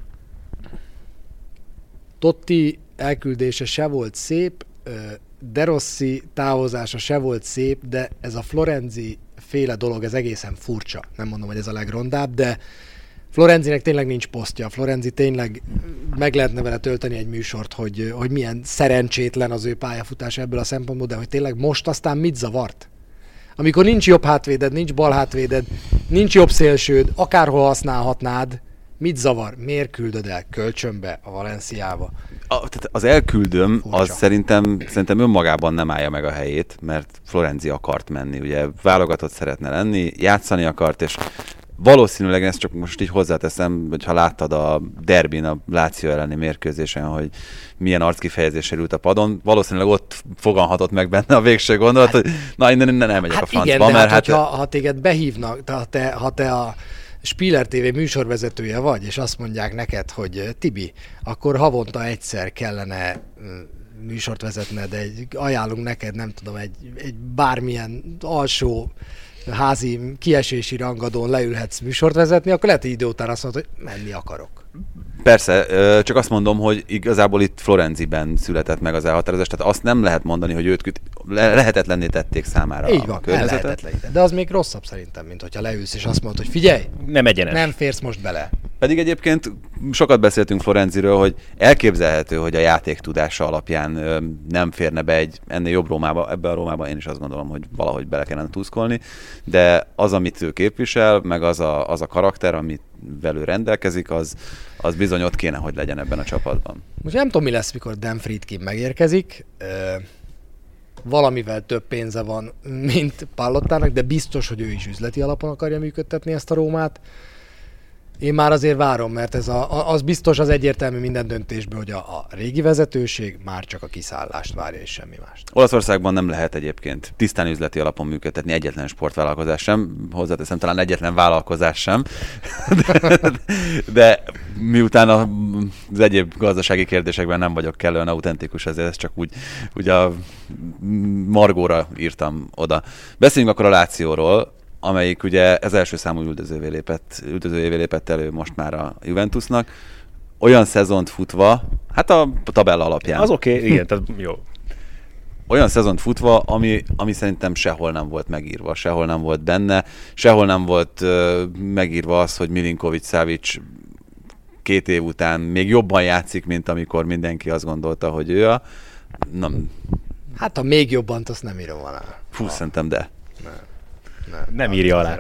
Totti elküldése se volt szép, De Rossi távozása se volt szép, de ez a Florenzi féle dolog, ez egészen furcsa. Nem mondom, hogy ez a legrondább, de Florenzinek tényleg nincs posztja. Florenzi tényleg meg lehetne vele tölteni egy műsort, hogy, hogy milyen szerencsétlen az ő pályafutás ebből a szempontból, de hogy tényleg most aztán mit zavart? Amikor nincs jobb hátvéded, nincs bal hátvéded, nincs jobb szélsőd, akárhol használhatnád, mit zavar? Miért küldöd el kölcsönbe a Valenciába? A, tehát az elküldöm, Furcsa. az szerintem, szerintem önmagában nem állja meg a helyét, mert Florenzi akart menni, ugye válogatott szeretne lenni, játszani akart, és valószínűleg ezt csak most így hozzáteszem, hogy ha láttad a derbin, a Lazio elleni mérkőzésen, hogy milyen arckifejezéssel ült a padon, valószínűleg ott foganhatott meg benne a végső gondolat, hát, hogy na, innen nem megyek hát a francba. Igen, de mert hát, hát, ha, ha téged behívnak, ha te, ha te a Spiller té vé műsorvezetője vagy, és azt mondják neked, hogy Tibi, akkor havonta egyszer kellene műsort vezetned, egy, ajánlunk neked, nem tudom, egy, egy bármilyen alsó házi kiesési rangadón leülhetsz műsort vezetni, akkor lehet, hogy idő után azt mondod, hogy menni akarok. Persze, csak azt mondom, hogy igazából itt Florenziben született meg az elhatározás, tehát azt nem lehet mondani, hogy őt küt, le- lehetetlenné tették számára. Így van, lehetetlenített. De az még rosszabb szerintem, mint hogyha leülsz és azt mondod, hogy figyelj, nem egyenes. Nem férsz most bele. Pedig egyébként sokat beszéltünk Florenziről, hogy elképzelhető, hogy a játék tudása alapján ö, nem férne be egy ennél jobb Rómába, ebbe a Rómába én is azt gondolom, hogy valahogy bele kellene tuszkolni, de az, amit ő képvisel, meg az a, az a karakter, amit velő rendelkezik, az, az bizony ott kéne, hogy legyen ebben a csapatban. Most nem tudom, mi lesz, mikor Dan Friedkin megérkezik. Valamivel több pénze van, mint Pallottának, de biztos, hogy ő is üzleti alapon akarja működtetni ezt a Rómát. Én már azért várom, mert ez a, az biztos az egyértelmű minden döntésből, hogy a, a régi vezetőség már csak a kiszállást várja, és semmi mást. Olaszországban nem lehet egyébként tisztán üzleti alapon működtetni egyetlen sportvállalkozás sem, hozzáteszem talán egyetlen vállalkozás sem, de, de miután az egyéb gazdasági kérdésekben nem vagyok kellően autentikus, ezért ezt csak úgy, úgy a margóra írtam oda. Beszéljünk akkor a Lációról, amelyik ugye ez első számú üldözővé lépett, üldözőjévé lépett elő most már a Juventusnak. Olyan szezont futva, hát a tabella alapján. Az oké, okay, igen, tehát jó. Olyan szezont futva, ami, ami szerintem sehol nem volt megírva, sehol nem volt benne, sehol nem volt uh, megírva az, hogy Milinković-Savić két év után még jobban játszik, mint amikor mindenki azt gondolta, hogy ő a... Nem. Hát ha még jobban, azt nem írom alá. Fú, szerintem de. Nem. Nem, nem írja alá.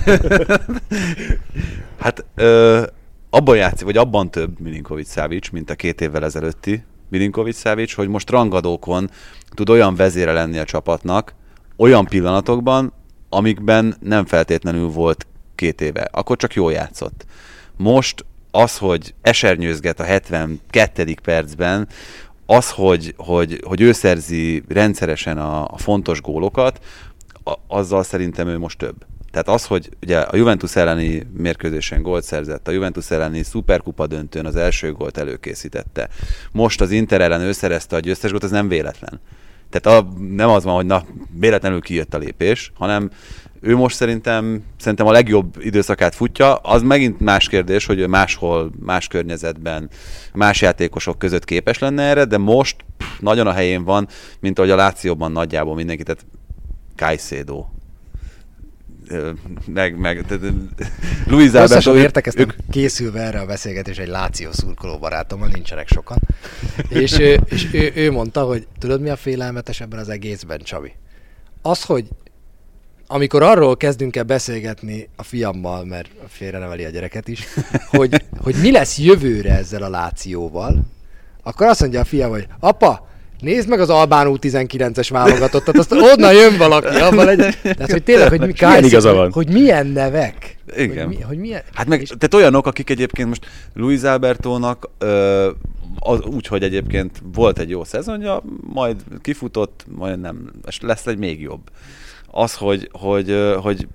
Hát ö, abban játszik, vagy abban több Milinković-Savić, mint a két évvel ezelőtti Milinković-Savić, hogy most rangadókon tud olyan vezére lenni a csapatnak, olyan pillanatokban, amikben nem feltétlenül volt két éve. Akkor csak jól játszott. Most az, hogy esernyőzget a hetvenkettedik percben, az, hogy, hogy, hogy ő szerzi rendszeresen a, a fontos gólokat, a, azzal szerintem ő most több. Tehát az, hogy ugye a Juventus elleni mérkőzésen gólt szerzett, a Juventus elleni szuperkupa döntőn az első gólt előkészítette. Most az Inter ellen ő szerezte a győztes gólt, az nem véletlen. Tehát a, nem az van, hogy na, véletlenül kijött a lépés, hanem ő most szerintem, szerintem a legjobb időszakát futja. Az megint más kérdés, hogy ő máshol, más környezetben, más játékosok között képes lenne erre, de most pff, nagyon a helyén van, mint ahogy a Lációban nagyjából mindenki, tehát Caicedo, meg, meg Luis Alberto... értekeztem ők... készülve erre a beszélgetés egy Láció szurkoló barátommal, nincsenek sokan. és ő, és ő, ő mondta, hogy tudod mi a félelmetes ebben az egészben, Csabi? Az, hogy amikor arról kezdünk el beszélgetni a fiammal, mert félreneveli a gyereket is, hogy, hogy mi lesz jövőre ezzel a Lációval, akkor azt mondja a fiam, hogy apa, nézd meg az Albán U tizenkilences válogatottat, azt onnan jön valaki, abban legyen. Tehát, hogy tényleg, hogy, mi kájszik, hogy, hogy milyen nevek. Igen. Hogy, mi, hogy milyen... Hát meg, és... tehát olyanok, akik egyébként most Luis Albertónak ö, az, úgy, hogy egyébként volt egy jó szezonja, majd kifutott, majd nem, lesz egy még jobb. Az, hogy, hogy, hogy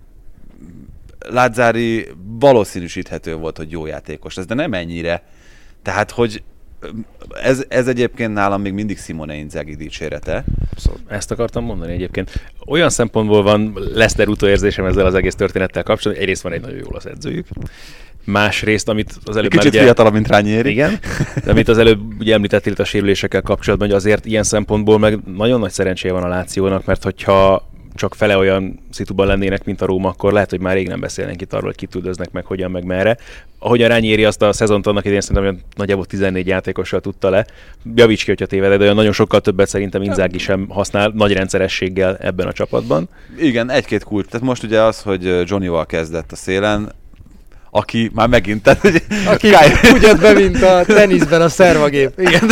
Lazzari valószínűsíthető volt, hogy jó játékos lesz, de nem ennyire. Tehát, hogy ez, ez egyébként nálam még mindig Simone Inzaghi dicsérete. Szóval ezt akartam mondani egyébként. Olyan szempontból van Leicester utóérzésem ezzel az egész történettel kapcsolatban, hogy egyrészt van egy nagyon jó olasz edzőjük, másrészt, amit az előbb kicsit ugye, fiatalabb, mint Ranieri. Igen, de amit az előbb ugye említettél a sérülésekkel kapcsolatban, hogy azért ilyen szempontból meg nagyon nagy szerencséje van a Lációnak, mert hogyha csak fele olyan szituban lennének, mint a Róma, akkor lehet, hogy már rég nem beszélnénk itt arról, hogy kit üldöznek meg, hogyan, meg merre. Ahogy a Ranieri azt a szezont annak idején szerintem olyan nagyjából tizennégy játékossal tudta le. Javíts ki, hogyha tévedek, de olyan nagyon sokkal többet szerintem Inzaghi sem használ nagy rendszerességgel ebben a csapatban. Igen, egy-két kulcs. Tehát most ugye az, hogy Johnnyval kezdett a szélen, aki már megint... Tehát, hogy aki úgy jött be, mint a teniszben a szervagép. Igen.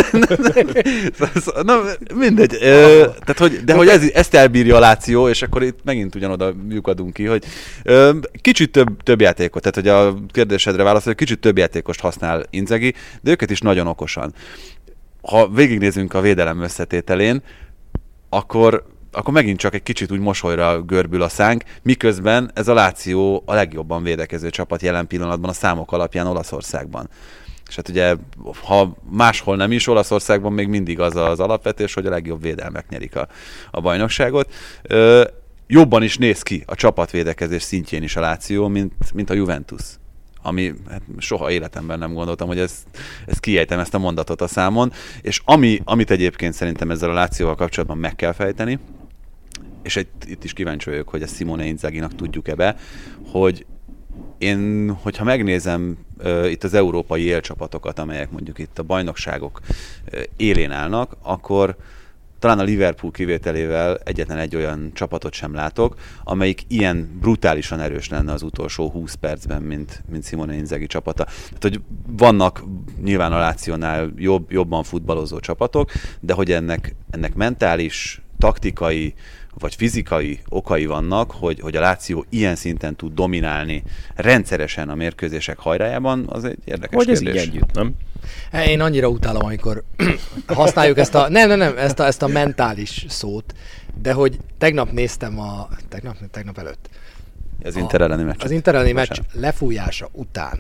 Na, mindegy. Ö, tehát, hogy, de hogy ez, ezt elbírja a Láció, és akkor itt megint ugyanoda lyukadunk ki, hogy ö, kicsit több, több játékot, tehát hogy a kérdésedre válaszol, hogy kicsit több játékost használ Inzaghi, de őket is nagyon okosan. Ha végignézünk a védelem összetételén, akkor akkor megint csak egy kicsit úgy mosolyra görbül a szánk, miközben ez a Láció a legjobban védekező csapat jelen pillanatban a számok alapján Olaszországban. És hát ugye, ha máshol nem is, Olaszországban még mindig az az alapvetés, hogy a legjobb védelmek nyerik a, a bajnokságot. Ö, jobban is néz ki a csapatvédekezés szintjén is a Láció, mint, mint a Juventus. Ami hát soha életemben nem gondoltam, hogy ezt, ezt kiejtem, ezt a mondatot a számon. És ami, amit egyébként szerintem ezzel a Lációval kapcsolatban meg kell fejteni, és egy, itt is kíváncsi vagyok, hogy ezt Simone Inzaghinak tudjuk-e be, hogy én, hogyha megnézem uh, itt az európai élcsapatokat, amelyek mondjuk itt a bajnokságok uh, élén állnak, akkor talán a Liverpool kivételével egyetlen egy olyan csapatot sem látok, amelyik ilyen brutálisan erős lenne az utolsó húsz percben, mint, mint Simone Inzaghi csapata. Tehát, hogy vannak nyilván a Lációnál jobb, jobban futballozó csapatok, de hogy ennek, ennek mentális, taktikai vagy fizikai okai vannak, hogy, hogy a Láció ilyen szinten tud dominálni rendszeresen a mérkőzések hajrájában, az egy érdekes hogy kérdés. Hogy ez így együtt, nem? Én annyira utálom, amikor használjuk ezt a, nem, nem, nem, ezt a, ezt a mentális szót, de hogy tegnap néztem a, tegnap, tegnap előtt. Az Inter elleni meccs. Az Inter elleni meccs lefújása után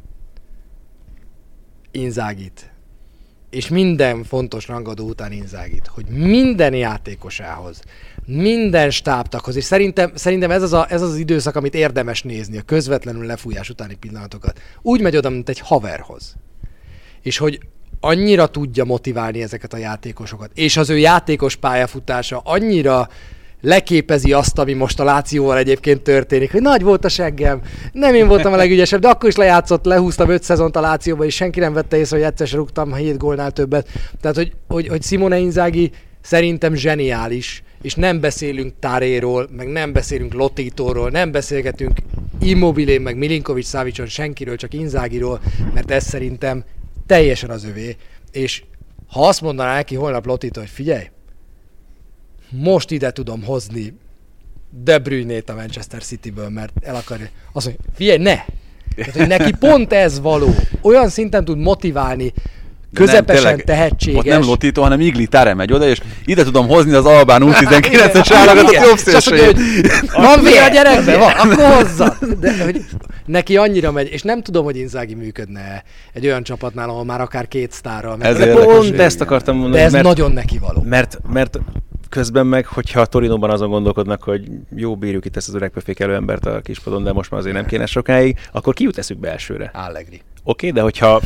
Inzaghit, és minden fontos rangadó után Inzaghit, hogy minden játékosához, minden stábtaghoz, és szerintem, szerintem ez, az a, ez az az időszak, amit érdemes nézni, a közvetlenül lefújás utáni pillanatokat. Úgy megy oda, mint egy haverhoz. És hogy annyira tudja motiválni ezeket a játékosokat, és az ő játékos pályafutása annyira leképezi azt, ami most a Lációval egyébként történik, hogy nagy volt a seggem, nem én voltam a legügyesebb, de akkor is lejátszott, lehúztam öt szezont a Lációba, és senki nem vette észre, hogy egyszer rúgtam hét gólnál többet. Tehát, hogy, hogy, hogy Simone Inzaghi szerintem zseniális, és nem beszélünk Táréról, meg nem beszélünk Lotítóról, nem beszélgetünk Immobilén, meg Milinkovic Savicson, senkiről, csak Inzaghiról, mert ez szerintem teljesen az övé. És ha azt mondaná neki holnap Lotito, hogy figyelj, most ide tudom hozni De Bruyne-t a Manchester Cityből, mert el akarja. Azt mondja, figyelj, ne! Tehát, hogy neki pont ez való. Olyan szinten tud motiválni, közepesen nem, tehetséges. Ott nem Lotito, hanem Igli Tare megy oda, és ide tudom hozni az Albán U tizenkilences állagot a jobb szélsőjét. Van vér a gyerekben? Van, akkor hozza. De hogy neki annyira megy, és nem tudom, hogy Inzaghi működne egy olyan csapatnál, ahol már akár két sztárral megy. Ez pont ezt akartam mondani. De ez mert, nagyon neki való. Mert, mert közben meg, hogyha a Torinóban azon gondolkodnak, hogy jó, bírjuk itt ezt az öreg pöfékelő embert a kispadon, de most már azért nem kéne sokáig, akkor ki jut eszükbe elsőre? Allegri. Oké, okay, de hogyha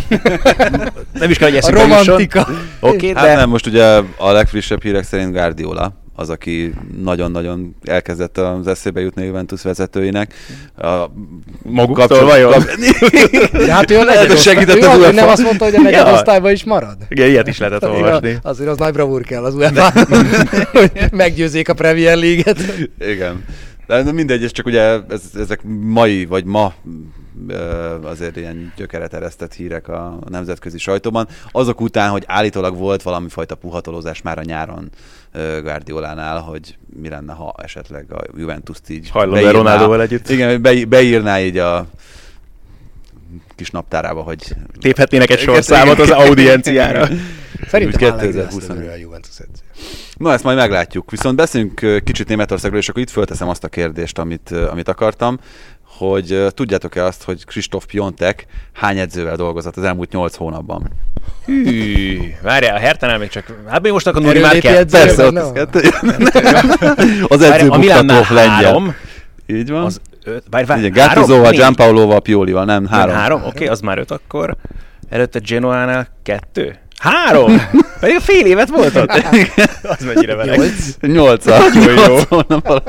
nem is kell, hogy eszükbe jusson. Oké, okay, de... Hát nem, most ugye a legfrissebb hírek szerint Guardiola az, aki nagyon-nagyon elkezdett az eszébe jutni a Juventus vezetőinek. A Maguktól kapcsol... vajon? De hát ő a negyed segített osztály. az Ő u e nem fá. azt mondta, hogy a negyed Ja. osztályban is marad? Igen, ilyet is lehetett olvasni. Azért az nagy bravúr kell az u e fá, hogy meggyőzzék a Premier League-et. Igen. De mindegy, ez csak ugye ez, ezek mai, vagy ma azért ilyen gyökeret eresztett hírek a nemzetközi sajtóban. Azok után, hogy állítólag volt valami fajta puhatolózás már a nyáron Guardiolánál, hogy mi lenne, ha esetleg a Juventus-t így hajlom Ronaldóval együtt. Igen, be, beírná így a kis naptárába, hogy téphetnének egy sorszámot az audienciára. Szerintem már kétezer-húsz. a Juventus edző. Na, ezt majd meglátjuk. Viszont beszéljünk kicsit Németországról, és akkor itt fölteszem azt a kérdést, amit, amit akartam, hogy tudjátok-e azt, hogy Krzysztof Piątek hány edzővel dolgozott az elmúlt nyolc hónapban? Hű, várjál, a Hertánál még csak... Hát még most akkor Nuri már Erőléti kell. edző? Persze, ott no. az kettő. Az Várjál, edző a Milánnál buktató lengyel. három, Így van. az öt, várj, várj, Igen, három? Gattusoval, Négy. Gianpaolóval, Piolival, nem, Három, három. három? oké, okay, az már öt akkor. Előtte Genoánál kettő? Három? Pedig a fél évet volt ott. Az mennyire velek. Nyolca. Nagyon jó. Nyolc hónap.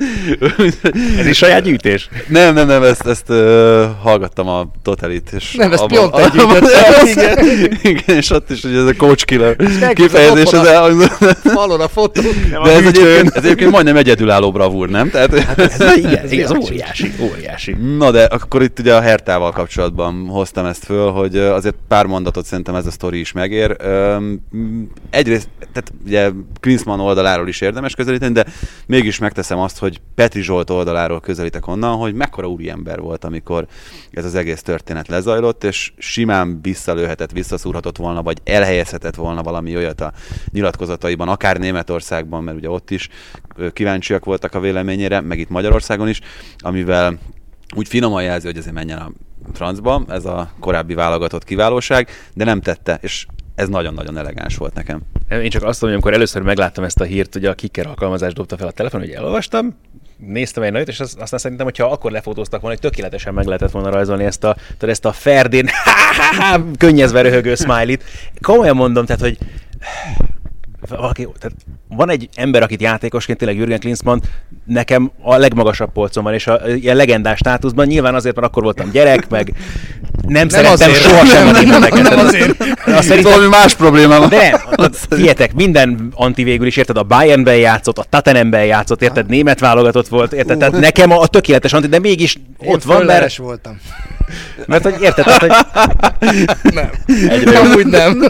Ez is saját gyűjtés? Nem, nem, nem, ezt, ezt uh, hallgattam a Totalit. És Nem, ezt abban- Piątek gyűjtötte. Igen, igen, és ott is, hogy ez a coach killer megnézed kifejezés. otthon Az el... Falon a fotó. De ez egyébként, ez egyébként majdnem egyedülálló bravúr, nem? Tehát... Ez, igen, ez, ez óriási, óriási. Na de akkor itt ugye a Hertával kapcsolatban hoztam ezt föl, hogy azért pár mondatot szerintem ez a sztori is megér. Üm, Egyrészt, tehát ugye Klinsmann oldaláról is érdemes közelíteni, de mégis megteszem azt, hogy Petri Zsolt oldaláról közelítek onnan, hogy mekkora úriember volt, amikor ez az egész történet lezajlott, és simán visszalőhetett, visszaszúrhatott volna, vagy elhelyezhetett volna valami olyat a nyilatkozataiban, akár Németországban, mert ugye ott is kíváncsiak voltak a véleményére, meg itt Magyarországon is, amivel úgy finoman jelzi, hogy azért menjen a francba, ez a korábbi válogatott kiválóság, de nem tette, és ez nagyon-nagyon elegáns volt nekem. Én csak azt mondom, amikor először megláttam ezt a hírt, hogy a Kicker alkalmazást dobta fel a telefon, hogy elolvastam, néztem egy nagyot, és az, aztán szerintem, hogyha akkor lefotóztak volna, hogy tökéletesen meg lehetett volna rajzolni ezt a, tehát ezt a Ferdin könnyezve röhögő smiley-t. Komolyan mondom, tehát, hogy valaki, tehát van egy ember, akit játékosként tényleg Jürgen Klinsmann nekem a legmagasabb polcon van, és a ilyen legendás státuszban, nyilván azért, mert akkor voltam gyerek, meg nem, nem szerettem azért. sohasem a Nem, nem, németeket. nem azért. Azt szerintem, Valami más problémám. de nem, figyeljetek, minden anti végül is, érted, a Bayernben játszott, a Tottenhamben játszott, érted, német válogatott volt, érted, tehát nekem a, a tökéletes anti, de mégis Én ott van, fölleres mert, voltam. mert hogy érted, tehát, hogy Nem. egyre Nem, úgy nem.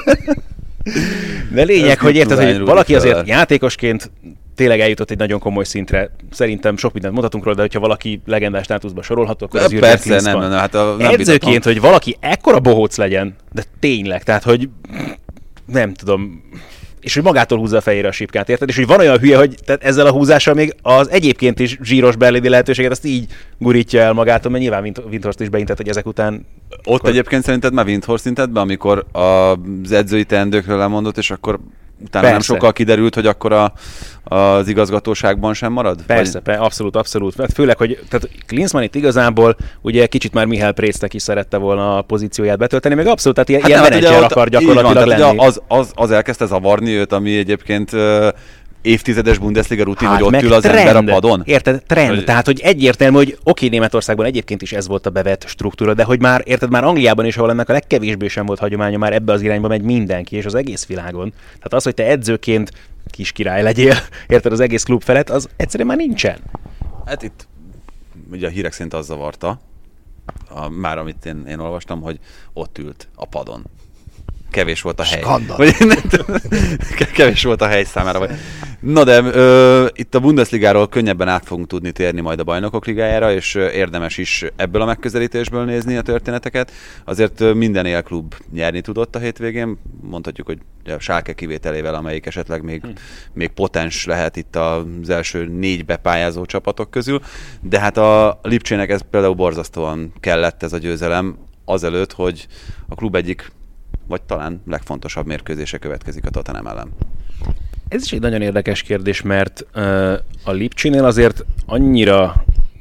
de lényeg, Ez hogy mit érted, tudány, hogy Rudi valaki azért Feller. játékosként tényleg eljutott egy nagyon komoly szintre. Szerintem sok mindent mondhatunk róla, de hogyha valaki legendás státuszba sorolható, akkor az Jürgen Persze, nem, Klinsmann. nem, hát a, nem Edzőként, vitatom. hogy valaki ekkora bohóc legyen, de tényleg, tehát, hogy nem tudom, és hogy magától húzza a fejére a sípkát, érted? És hogy van olyan hülye, hogy tehát ezzel a húzással még az egyébként is zsíros berlini lehetőséget, azt így gurítja el magától, mert nyilván Windhorst is beintett, hogy ezek után... Ott akkor... egyébként szerinted már Windhorst szintett be, amikor az edzői teendőkről lemondott, és akkor utána Persze. nem sokkal kiderült, hogy akkor a, az igazgatóságban sem marad? Persze, Vagy... pe, abszolút, abszolút. Hát főleg, hogy tehát Klinsmann itt igazából ugye kicsit már Mihály Préctek is szerette volna a pozícióját betölteni, meg abszolút, tehát ilyen, Hát ilyen nem, hát ugye menedzser ott- akar gyakorlatilag így van, tehát lenni. ugye az, az, az elkezdte zavarni őt, ami egyébként uh, évtizedes Bundesliga rutin, hogy ott meg ül az trend. ember a padon. Érted? Trend. Hogy- Tehát, hogy egyértelmű, hogy oké, Németországban egyébként is ez volt a bevett struktúra, de hogy már, érted, már Angliában is, ahol ennek a legkevésbé sem volt hagyománya, már ebbe az irányba megy mindenki, és az egész világon. Tehát az, hogy te edzőként kis király legyél, érted, az egész klub felett, az egyszerűen már nincsen. Hát itt ugye a hírek szerint az zavarta, a, már amit én, én olvastam, hogy ott ült a padon. Kevés volt a hely. Skandal. Vagy, nem tudom, kevés volt a hely számára. Vagy. Na de ö, itt a Bundesligáról könnyebben át fogunk tudni térni majd a Bajnokok Ligájára, és ö, érdemes is ebből a megközelítésből nézni a történeteket. Azért ö, minden élklub nyerni tudott a hétvégén. Mondhatjuk, hogy a Schalke kivételével, amelyik esetleg még, hm. még potens lehet itt az első négy bepályázó csapatok közül. De hát a Lipcsének ez például borzasztóan kellett ez a győzelem azelőtt, hogy a klub egyik vagy talán legfontosabb mérkőzése következik a Tottenham ellen. Ez is egy nagyon érdekes kérdés, mert uh, a Lipcsénél azért annyira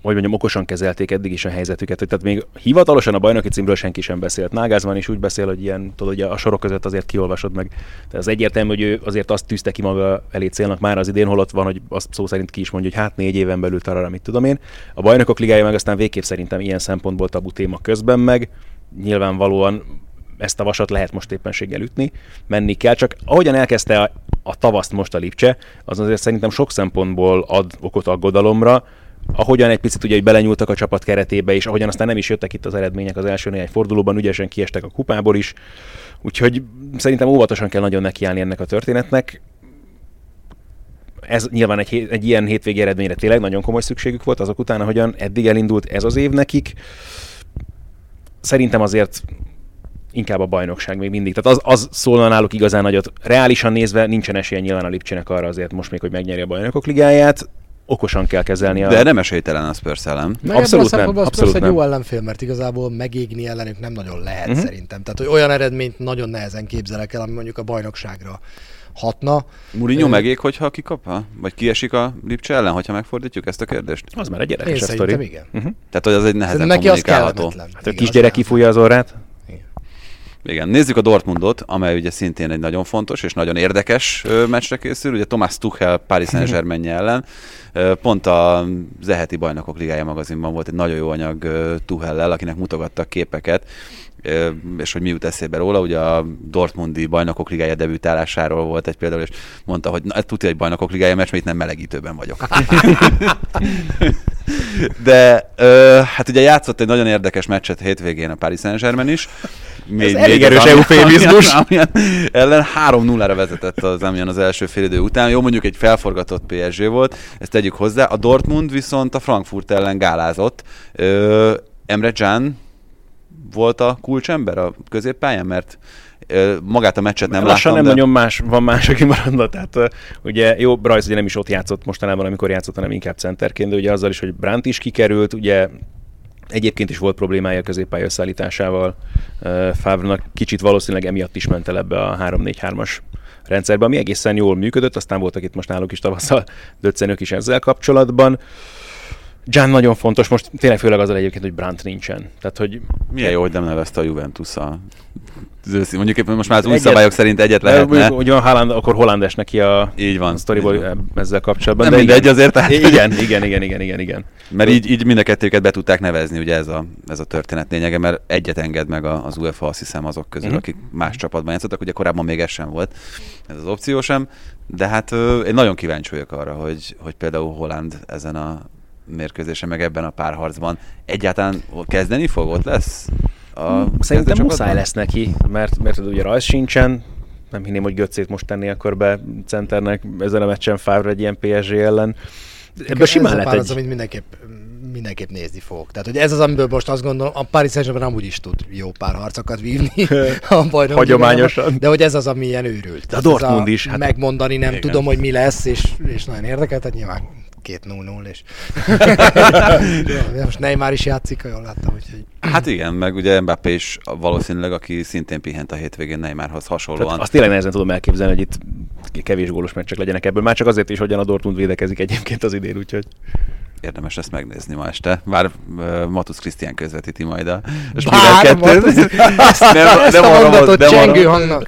hogy mondjam, okosan kezelték eddig is a helyzetüket. Tehát még hivatalosan a bajnoki címről senki sem beszélt. Nagelsmann is úgy beszél, hogy ilyen, tudod, hogy a sorok között azért kiolvasod meg. Tehát az egyértelmű, hogy ő azért azt tűzte ki maga elé célnak már az idén, holott van, hogy azt szó szerint ki is mondja, hogy hát négy éven belül tarara, mit tudom én. A bajnokok ligája meg aztán végképp szerintem ilyen szempontból tabu téma közben meg. Nyilvánvalóan ezt a vasat lehet most éppenséggel ütni, menni kell, csak ahogyan elkezdte a, a tavaszt most a Lipcse, az azért szerintem sok szempontból ad okot aggodalomra, ahogyan egy picit ugye, hogy belenyúltak a csapat keretébe, és ahogyan aztán nem is jöttek itt az eredmények az első néhány fordulóban, ügyesen kiestek a kupából is, úgyhogy szerintem óvatosan kell nagyon nekiállni ennek a történetnek. Ez nyilván egy, egy ilyen hétvégi eredményre tényleg nagyon komoly szükségük volt, azok után, ahogyan eddig elindult ez az év nekik. Szerintem azért inkább a bajnokság még mindig. Tehát az, az szólna náluk igazán nagyot. Reálisan nézve nincsen esélye nyilván a Lipcsének arra azért most még, hogy megnyeri a bajnokok ligáját. Okosan kell kezelni a... De nem esélytelen a Spurs ellen. Abszolút nem. A Spurs egy jó ellenfél, mert igazából megégni ellenük nem nagyon lehet uh-huh. szerintem. Tehát, hogy olyan eredményt nagyon nehezen képzelek el, ami mondjuk a bajnokságra hatna. Mourinho megég, hogyha kikap? Vagy kiesik a Lipcse ellen, hogyha megfordítjuk ezt a kérdést? Az már egy érdekes sztori. Én szerintem igen. Uh-huh. Tehát, hogy az egy nehezen neki kommunikálható. Hát a kisgyerek kifújja az orrát. Igen, nézzük a Dortmundot, amely ugye szintén egy nagyon fontos és nagyon érdekes ö, meccsre készül. Ugye Thomas Tuchel Paris Saint-Germain ellen. Ö, pont a Zeheti Bajnokok Ligája magazinban volt egy nagyon jó anyag ö, Tuchellel, akinek mutogattak képeket, ö, és hogy mi jut eszébe róla. Ugye a Dortmundi Bajnokok Ligája debütálásáról volt egy például, és mondta, hogy na, tudja, egy Bajnokok Ligája meccs, mert itt nem melegítőben vagyok. De ö, hát ugye játszott egy nagyon érdekes meccset hétvégén a Paris Saint-Germain is. Még, elég erős eufémizmus. Ellen három nullára vezetett az Amiens az első félidő után. Jó, mondjuk egy felforgatott pé es gé volt, ezt tegyük hozzá. A Dortmund viszont a Frankfurt ellen gálázott. Ö, Emre Can volt a kulcsember a középpályán, mert ö, magát a meccset nem lassan láttam. nem de... nagyon más, van más, aki maradna. Tehát uh, ugye jó, Bryce ugye nem is ott játszott mostanában, amikor játszott, hanem inkább centerként, de ugye azzal is, hogy Brandt is kikerült, ugye egyébként is volt problémája a középpálya összeállításával. Favre-nak kicsit valószínűleg emiatt is ment el ebbe a három négy hármas rendszerbe, ami egészen jól működött, aztán voltak itt most náluk is tavasszal döccenők is ezzel kapcsolatban. Can nagyon fontos, most tényleg főleg azzal egyébként, hogy Brandt nincsen. Tehát, hogy... Milyen jó, hogy nem nevezte a Juventus a... Mondjuk éppen most már az új egyet, szabályok szerint egyet lehetne. Hogy van Haaland, akkor Hollandes neki a, így van, a sztoriból így van. Ezzel kapcsolatban. Nem mindegy azért. Tehát, igen, igen, igen, igen, igen, igen. Mert így, így mind a kettőket be tudták nevezni, ugye ez a, ez a történet lényege, mert egyet enged meg az UEFA, azt hiszem azok közül, uh-huh. akik más csapatban játszottak, ugye korábban még ez sem volt, ez az opció sem, de hát én nagyon kíváncsi vagyok arra, hogy, hogy például Haaland ezen a mérkőzésen, meg ebben a párharcban egyáltalán kezdeni fog, ott lesz? A Szerintem muszáj lesz neki, mert, mert ugye rajz sincsen, nem hinném, hogy Götzét most tenné akkor be centernek ezen a meccsen Favre egy ilyen pé es gé ellen. Ebből simán lett egy... az, amit mindenképp, mindenképp nézni fogok. Tehát, hogy ez az, amiből most azt gondolom, a Paris Saint-Germain amúgy is tud jó párharcokat vívni a bajnok. Hagyományosan. De hogy ez az, ami ilyen őrült. De a Dortmund is. Hát megmondani nem igen. tudom, hogy mi lesz, és, és nagyon érdekel, tehát nyilván két null null, és most Neymar is játszik, jól láttam, úgyhogy... Hát igen, meg ugye Mbappé is valószínűleg, aki szintén pihent a hétvégén Neymarhoz hasonlóan. Tehát azt tényleg nehezen tudom elképzelni, hogy itt kevés gólos meccsek legyenek ebből, már csak azért is, hogyan a Dortmund védekezik egyébként az idén, úgyhogy... Érdemes ezt megnézni ma este. Bár uh, Matusz Krisztián közvetíti majd a Spiel kettőt. Ezt a mondatot csengő hangnak.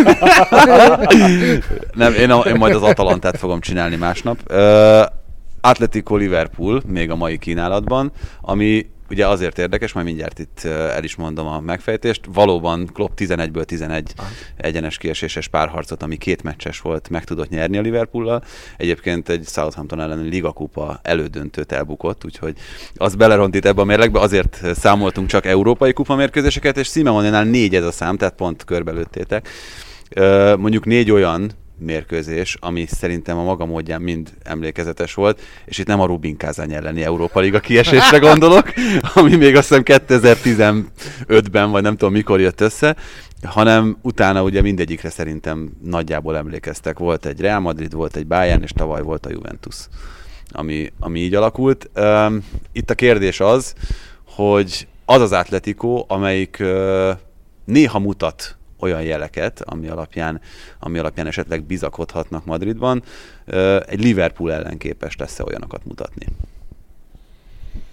Nem, én, a, én majd az Atalantát fogom csinálni másnap. Uh, Atletico Liverpool még a mai kínálatban, ami ugye azért érdekes, majd mindjárt itt el is mondom a megfejtést. Valóban Klopp tizenegyből tizenegy ah. egyenes kieséses párharcot, ami két meccses volt, meg tudott nyerni a Liverpoollal. Egyébként egy Southampton elleni ligakupa elődöntőt elbukott, úgyhogy az beleront itt ebbe a mérlegbe, azért számoltunk csak európai kupa mérkőzéseket, és Simeonenál négy ez a szám, tehát pont körbelőttétek. Mondjuk négy olyan mérkőzés, ami szerintem a maga módján mind emlékezetes volt, és itt nem a Rubin Kazán elleni Európa Liga kiesésre gondolok, ami még azt hiszem kétezer-tizenötben, vagy nem tudom mikor jött össze, hanem utána ugye mindegyikre szerintem nagyjából emlékeztek. Volt egy Real Madrid, volt egy Bayern, és tavaly volt a Juventus, ami, ami így alakult. Itt a kérdés az, hogy az az Atletico, amelyik néha mutat olyan jeleket, ami alapján, ami alapján esetleg bizakodhatnak Madridban, egy Liverpool ellen képes lesz-e olyanokat mutatni?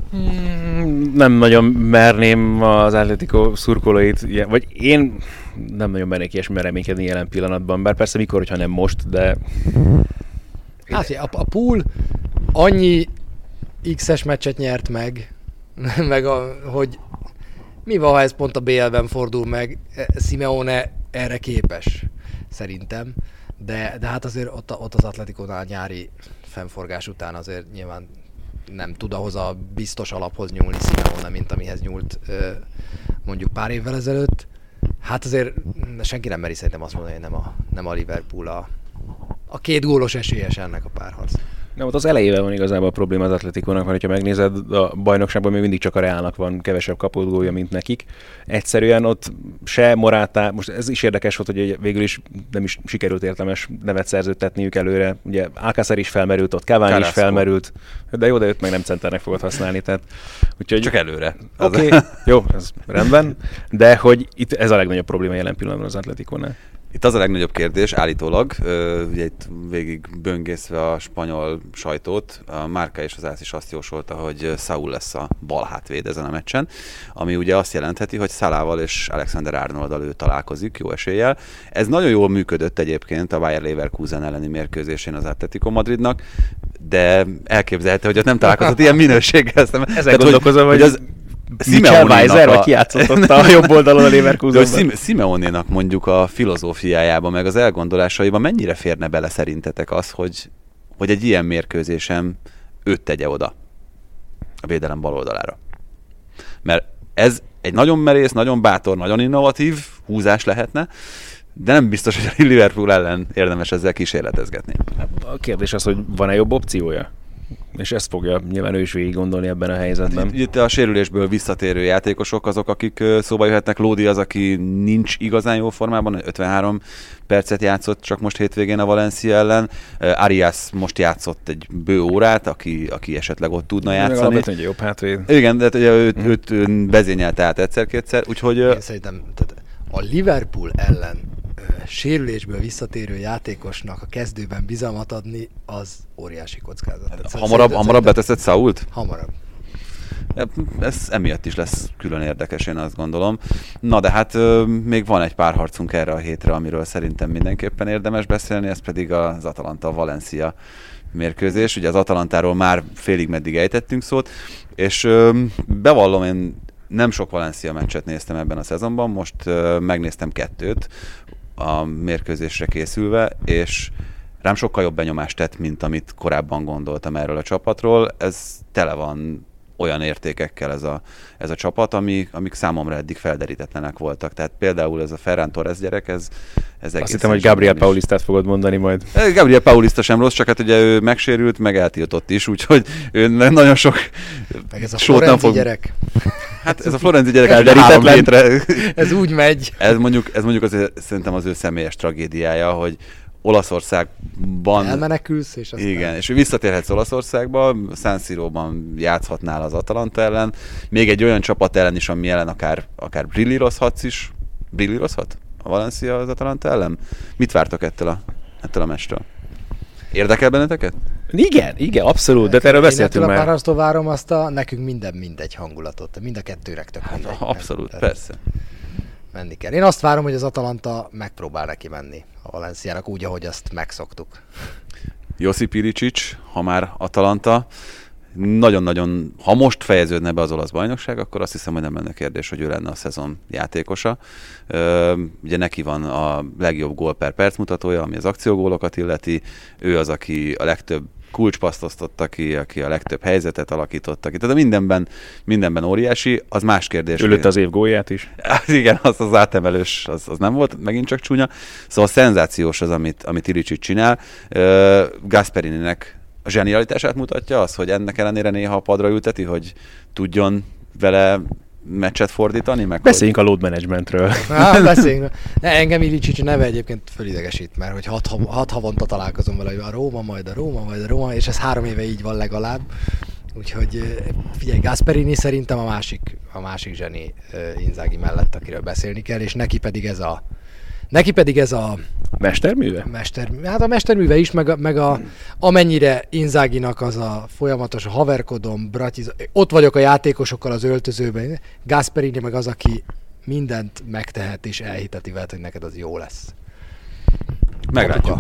Hmm, nem nagyon merném az Atletico szurkolóit, vagy én nem nagyon mernék ilyesmire reménykedni jelen pillanatban, bár persze mikor, hogyha nem most, de... Hát a, a pool annyi X-es meccset nyert meg, meg a, hogy mi van, ha ez pont a bé el-ben fordul meg, Simeone erre képes, szerintem. De, de hát azért ott, ott az Atleticónál nyári fennforgás után azért nyilván nem tud ahhoz a biztos alaphoz nyúlni Simeone, mint amihez nyúlt mondjuk pár évvel ezelőtt. Hát azért senki nem meri szerintem azt mondani, hogy nem a, nem a Liverpool a, a két gólos esélyes ennek a párharc. Nem, ott az elejével van igazából a probléma az Atleticónak, mert ha megnézed, a bajnokságban még mindig csak a Realnak van kevesebb kapott gólja, mint nekik. Egyszerűen ott se Morata, most ez is érdekes volt, hogy végül is nem is sikerült értelmes nevet szerződtetniük előre. Ugye Alcácer is felmerült, ott Cavani is felmerült, de jó, de őt meg nem centernek fogod használni. Tehát, úgyhogy... Csak előre. Oké, okay, jó, ez rendben, de hogy itt ez a legnagyobb probléma jelen pillanatban az Atleticónál. Itt az a legnagyobb kérdés, állítólag, ugye itt végig böngészve a spanyol sajtót, a Marca és az á es is azt jósolta, hogy Saúl lesz a bal hátvéd ezen a meccsen, ami ugye azt jelentheti, hogy Salával és Alexander Arnoldal ő találkozik jó eséllyel. Ez nagyon jól működött egyébként a Bayer Leverkusen elleni mérkőzésén az Atletico Madridnak, de elképzelhető, hogy ott nem találkozott ilyen minőséggel. Ezen gondolkozom, hogy, hogy az Michel Weiser, vagy ki játszott ott a jobb oldalon a Leverkusenben. Simeone-nak mondjuk a filozófiájában, meg az elgondolásaiban mennyire férne bele szerintetek az, hogy, hogy egy ilyen mérkőzésen őt tegye oda a védelem bal oldalára? Mert ez egy nagyon merész, nagyon bátor, nagyon innovatív húzás lehetne, de nem biztos, hogy a Liverpool ellen érdemes ezzel kísérletezgetni. A kérdés az, hogy van-e jobb opciója? És ezt fogja nyilván ő is végig gondolni ebben a helyzetben. Itt a sérülésből visszatérő játékosok azok, akik szóba jöhetnek. Lodi az, aki nincs igazán jó formában, ötvenhárom percet játszott csak most hétvégén a Valencia ellen. Arias most játszott egy bő órát, aki, aki esetleg ott tudna játszani. Meg egy jobb hátvéd. Igen, de ugye őt, mm. őt vezényelte át egyszer-kétszer, úgyhogy... Én szerintem tehát a Liverpool ellen sérülésből visszatérő játékosnak a kezdőben bizalmat adni, az óriási kockázat. Hát, hamarabb hamarabb beteszed Saúlt? Hamarabb. Ez emiatt is lesz külön érdekes, én azt gondolom. Na de hát euh, még van egy pár harcunk erre a hétre, amiről szerintem mindenképpen érdemes beszélni, ez pedig az Atalanta-Valencia mérkőzés. Ugye az Atalantáról már félig meddig ejtettünk szót, és euh, bevallom, én nem sok Valencia meccset néztem ebben a szezonban, most euh, megnéztem kettőt a mérkőzésre készülve, és rám sokkal jobb benyomást tett, mint amit korábban gondoltam erről a csapatról. Ez tele van olyan értékekkel ez a, ez a csapat, amik, amik számomra eddig felderítetlenek voltak. Tehát például ez a Ferran Torres gyerek, ez, ez egész... Azt hittem, hogy Gabriel Paulistát fogod mondani majd. Gabriel Paulista sem rossz, csak hát ugye ő megsérült, meg eltiltott is, úgyhogy ő nagyon sok meg ez a Florenzi fog... gyerek. Hát ez a Florenzi gyerek elderítetlen. Ez úgy megy. Ez mondjuk, ez mondjuk azért szerintem az ő személyes tragédiája, hogy Olaszországban... Elmenekülsz, és aztán... Igen, és visszatérhetsz Olaszországba, San Siróban játszhatnál az Atalanta ellen, még egy olyan csapat ellen is, ami ellen akár, akár brillírozhatsz is. Brillírozhat a Valencia az Atalanta ellen? Mit vártok ettől a, ettől a mecstől? Érdekel benneteket? Igen, igen, abszolút, de erről beszéltünk már. Én ettől a párharctól várom azt a nekünk minden mindegy hangulatot, mind a kettőnek tök mindegy. Hát, abszolút, nem, persze. Menni kell. Én azt várom, hogy az Atalanta megpróbál neki menni a Valenciának úgy, ahogy azt megszoktuk. Josip Ilicic, ha már Atalanta, nagyon-nagyon, ha most fejeződne be az olasz bajnokság, akkor azt hiszem, hogy nem lenne kérdés, hogy ő lenne a szezon játékosa. Ö, ugye neki van a legjobb gól per perc mutatója, ami az akciógólokat illeti. Ő az, aki a legtöbb kulcspaszt osztotta ki, aki a legtöbb helyzetet alakította ki. Tehát mindenben, mindenben óriási, az más kérdés. Ő lőtte az év gólját is. Igen, az az átemelős, az, az nem volt, megint csak csúnya. Szóval szenzációs az, amit, amit Ilicic csinál. Uh, Gasperininek a zsenialitását mutatja az, hogy ennek ellenére néha a padra ülteti, hogy tudjon vele meccset fordítani? Meg beszéljünk hogy... a load managementről. Á, beszéljünk. Engem Ilicic neve egyébként fölidegesít, mert hogy hat, hat havonta találkozom vele, hogy a Róma, majd a Róma, majd a Róma, és ez három éve így van legalább. Úgyhogy figyelj, Gasperini szerintem a másik, a másik zseni Inzaghi mellett, akiről beszélni kell, és neki pedig ez a Neki pedig ez a... Mesterműve? Mesterműve. Hát a mesterműve is, meg a, meg a amennyire Inzaghinak az a folyamatos a haverkodom, bratiz, ott vagyok a játékosokkal az öltözőben. Gasperini meg az, aki mindent megtehet és elhiteti veled, hogy neked az jó lesz. Meglátjuk.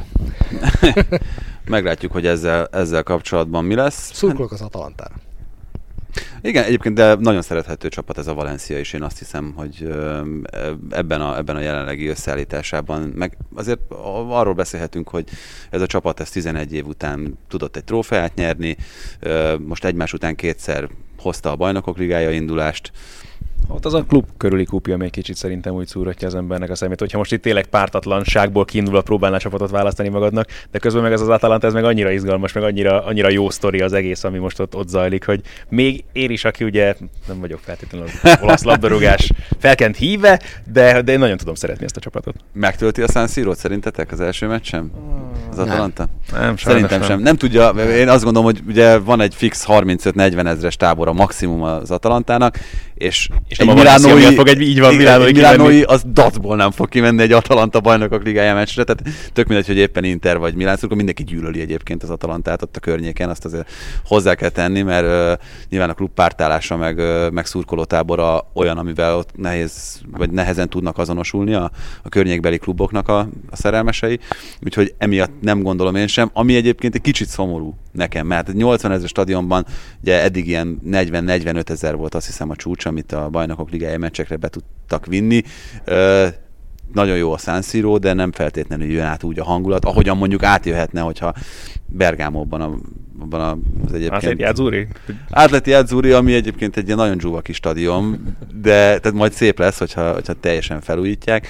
Meglátjuk, hogy ezzel, ezzel kapcsolatban mi lesz. Szurkolok az Atalantára. Igen, egyébként, de nagyon szerethető csapat ez a Valencia is, én azt hiszem, hogy ebben a, ebben a jelenlegi összeállításában, meg azért arról beszélhetünk, hogy ez a csapat ez tizenegy év után tudott egy trófeát nyerni, most egymás után kétszer hozta a Bajnokok Ligája indulást. Ott az a klub körüli kupja még kicsit szerintem úgy szúratja az embernek a szemét, hogyha most itt tényleg pártatlanságból kiindulva próbálnál csapatot választani magadnak, de közben meg ez az Atalanta, ez meg annyira izgalmas, meg annyira, annyira jó sztori az egész, ami most ott, ott zajlik, hogy még én is, aki ugye nem vagyok feltétlenül az olasz labdarúgás felkent híve, de, de én nagyon tudom szeretni ezt a csapatot. Megtölti a San Sirot szerintetek az első meccsem? Az Atalanta? Nem, nem Szerintem sem. sem. Nem tudja, én azt gondolom, hogy ugye van egy fix harmincöt-negyven ezres tábora maximum az Atalantának, és, és egy Milánói, fog egy, így van, Milánói, Milánói az dacból nem fog kimenni egy Atalanta Bajnokok Ligája meccsre, tehát tök mindegy, hogy éppen Inter vagy Milán szurkol, mindenki gyűlöli egyébként az Atalantát ott a környéken, azt azért hozzá kell tenni, mert uh, nyilván a klub pártállása meg, uh, meg szurkolótábora olyan, amivel ott nehéz, vagy nehezen tudnak azonosulni a, a környékbeli kluboknak a, a szerelmesei, úgyhogy emiatt nem gondolom én sem, ami egyébként egy kicsit szomorú nekem, mert nyolcvan ezer stadionban ugye eddig ilyen negyven-negyvenöt ezer volt azt hiszem a csúcs, amit a Bajnokok Ligája meccsekre be tudtak vinni. Ö, nagyon jó a San Siro, de nem feltétlenül jön át úgy a hangulat, ahogyan mondjuk átjöhetne, hogyha Bergámóban a, abban az egyébként... Atleti Azzurri? Atleti Azzurri, ami egyébként egy ilyen nagyon dzsúva kis stadion, de tehát majd szép lesz, hogyha, hogyha teljesen felújítják,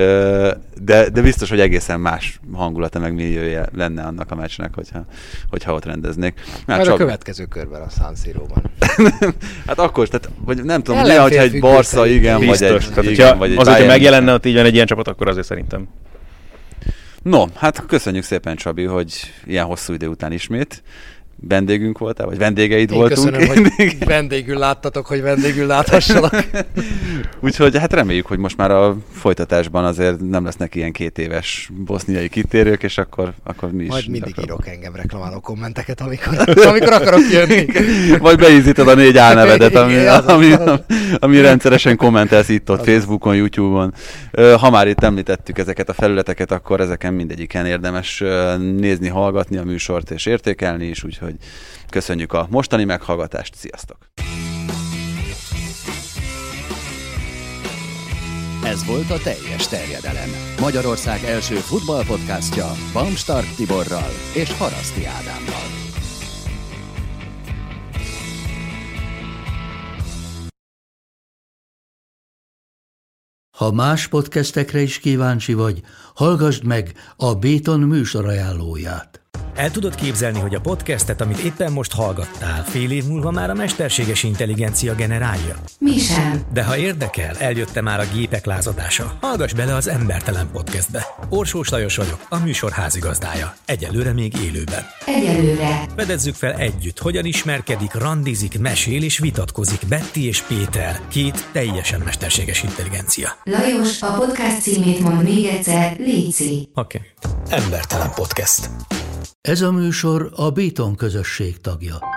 de, de biztos, hogy egészen más hangulata meg milliója lenne annak a meccsnek, hogyha, hogyha ott rendeznék. Majd csak... a következő körben a San Siróban. Hát akkor, tehát, vagy nem tudom, mi, hogyha egy Barca, igen, biztos. vagy egy, tehát, igen, vagy egy az, hogyha megjelenne ott így van egy ilyen csapat, akkor azért szerintem. No, hát köszönjük szépen, Csabi, hogy ilyen hosszú idő után ismét vendégünk voltál, vagy vendégeid Én voltunk. Köszönöm, hogy vendégül láttatok, hogy vendégül láthassalak. Úgyhogy hát reméljük, hogy most már a folytatásban azért nem lesznek ilyen két éves boszniai kitérők, és akkor, akkor mi is... Majd mindig akkor... írok engem reklamáló kommenteket, amikor, amikor akarok jönni. Vagy beízíted a négy álnevedet, ami, ami, ami, ami rendszeresen kommentelsz itt-ott, Facebookon, YouTube-on. Ha már itt említettük ezeket a felületeket, akkor ezeken mindegyiken érdemes nézni, hallgatni a műsort és értékelni is, úgyhogy hogy köszönjük a mostani meghallgatást, sziasztok! Ez volt a Teljes Terjedelem. Magyarország első futballpodcastja Bamstark Tiborral és Haraszti Ádámmal. Ha más podcastekre is kíváncsi vagy, hallgassd meg a Béton műsor ajánlóját. El tudod képzelni, hogy a podcastet, amit éppen most hallgattál, fél év múlva már a mesterséges intelligencia generálja? Mi sem. De ha érdekel, eljött már a gépek lázadása. Hallgass bele az Embertelen Podcastbe. Orsós Lajos vagyok, a műsor házigazdája. Egyelőre még élőben. Egyelőre. Fedezzük fel együtt, hogyan ismerkedik, randizik, mesél és vitatkozik Betty és Péter, két teljesen mesterséges intelligencia. Lajos, a podcast címét mond még egyszer, léci. Oké. Okay. Embertelen Podcast. Ez a műsor a Béton közösség tagja.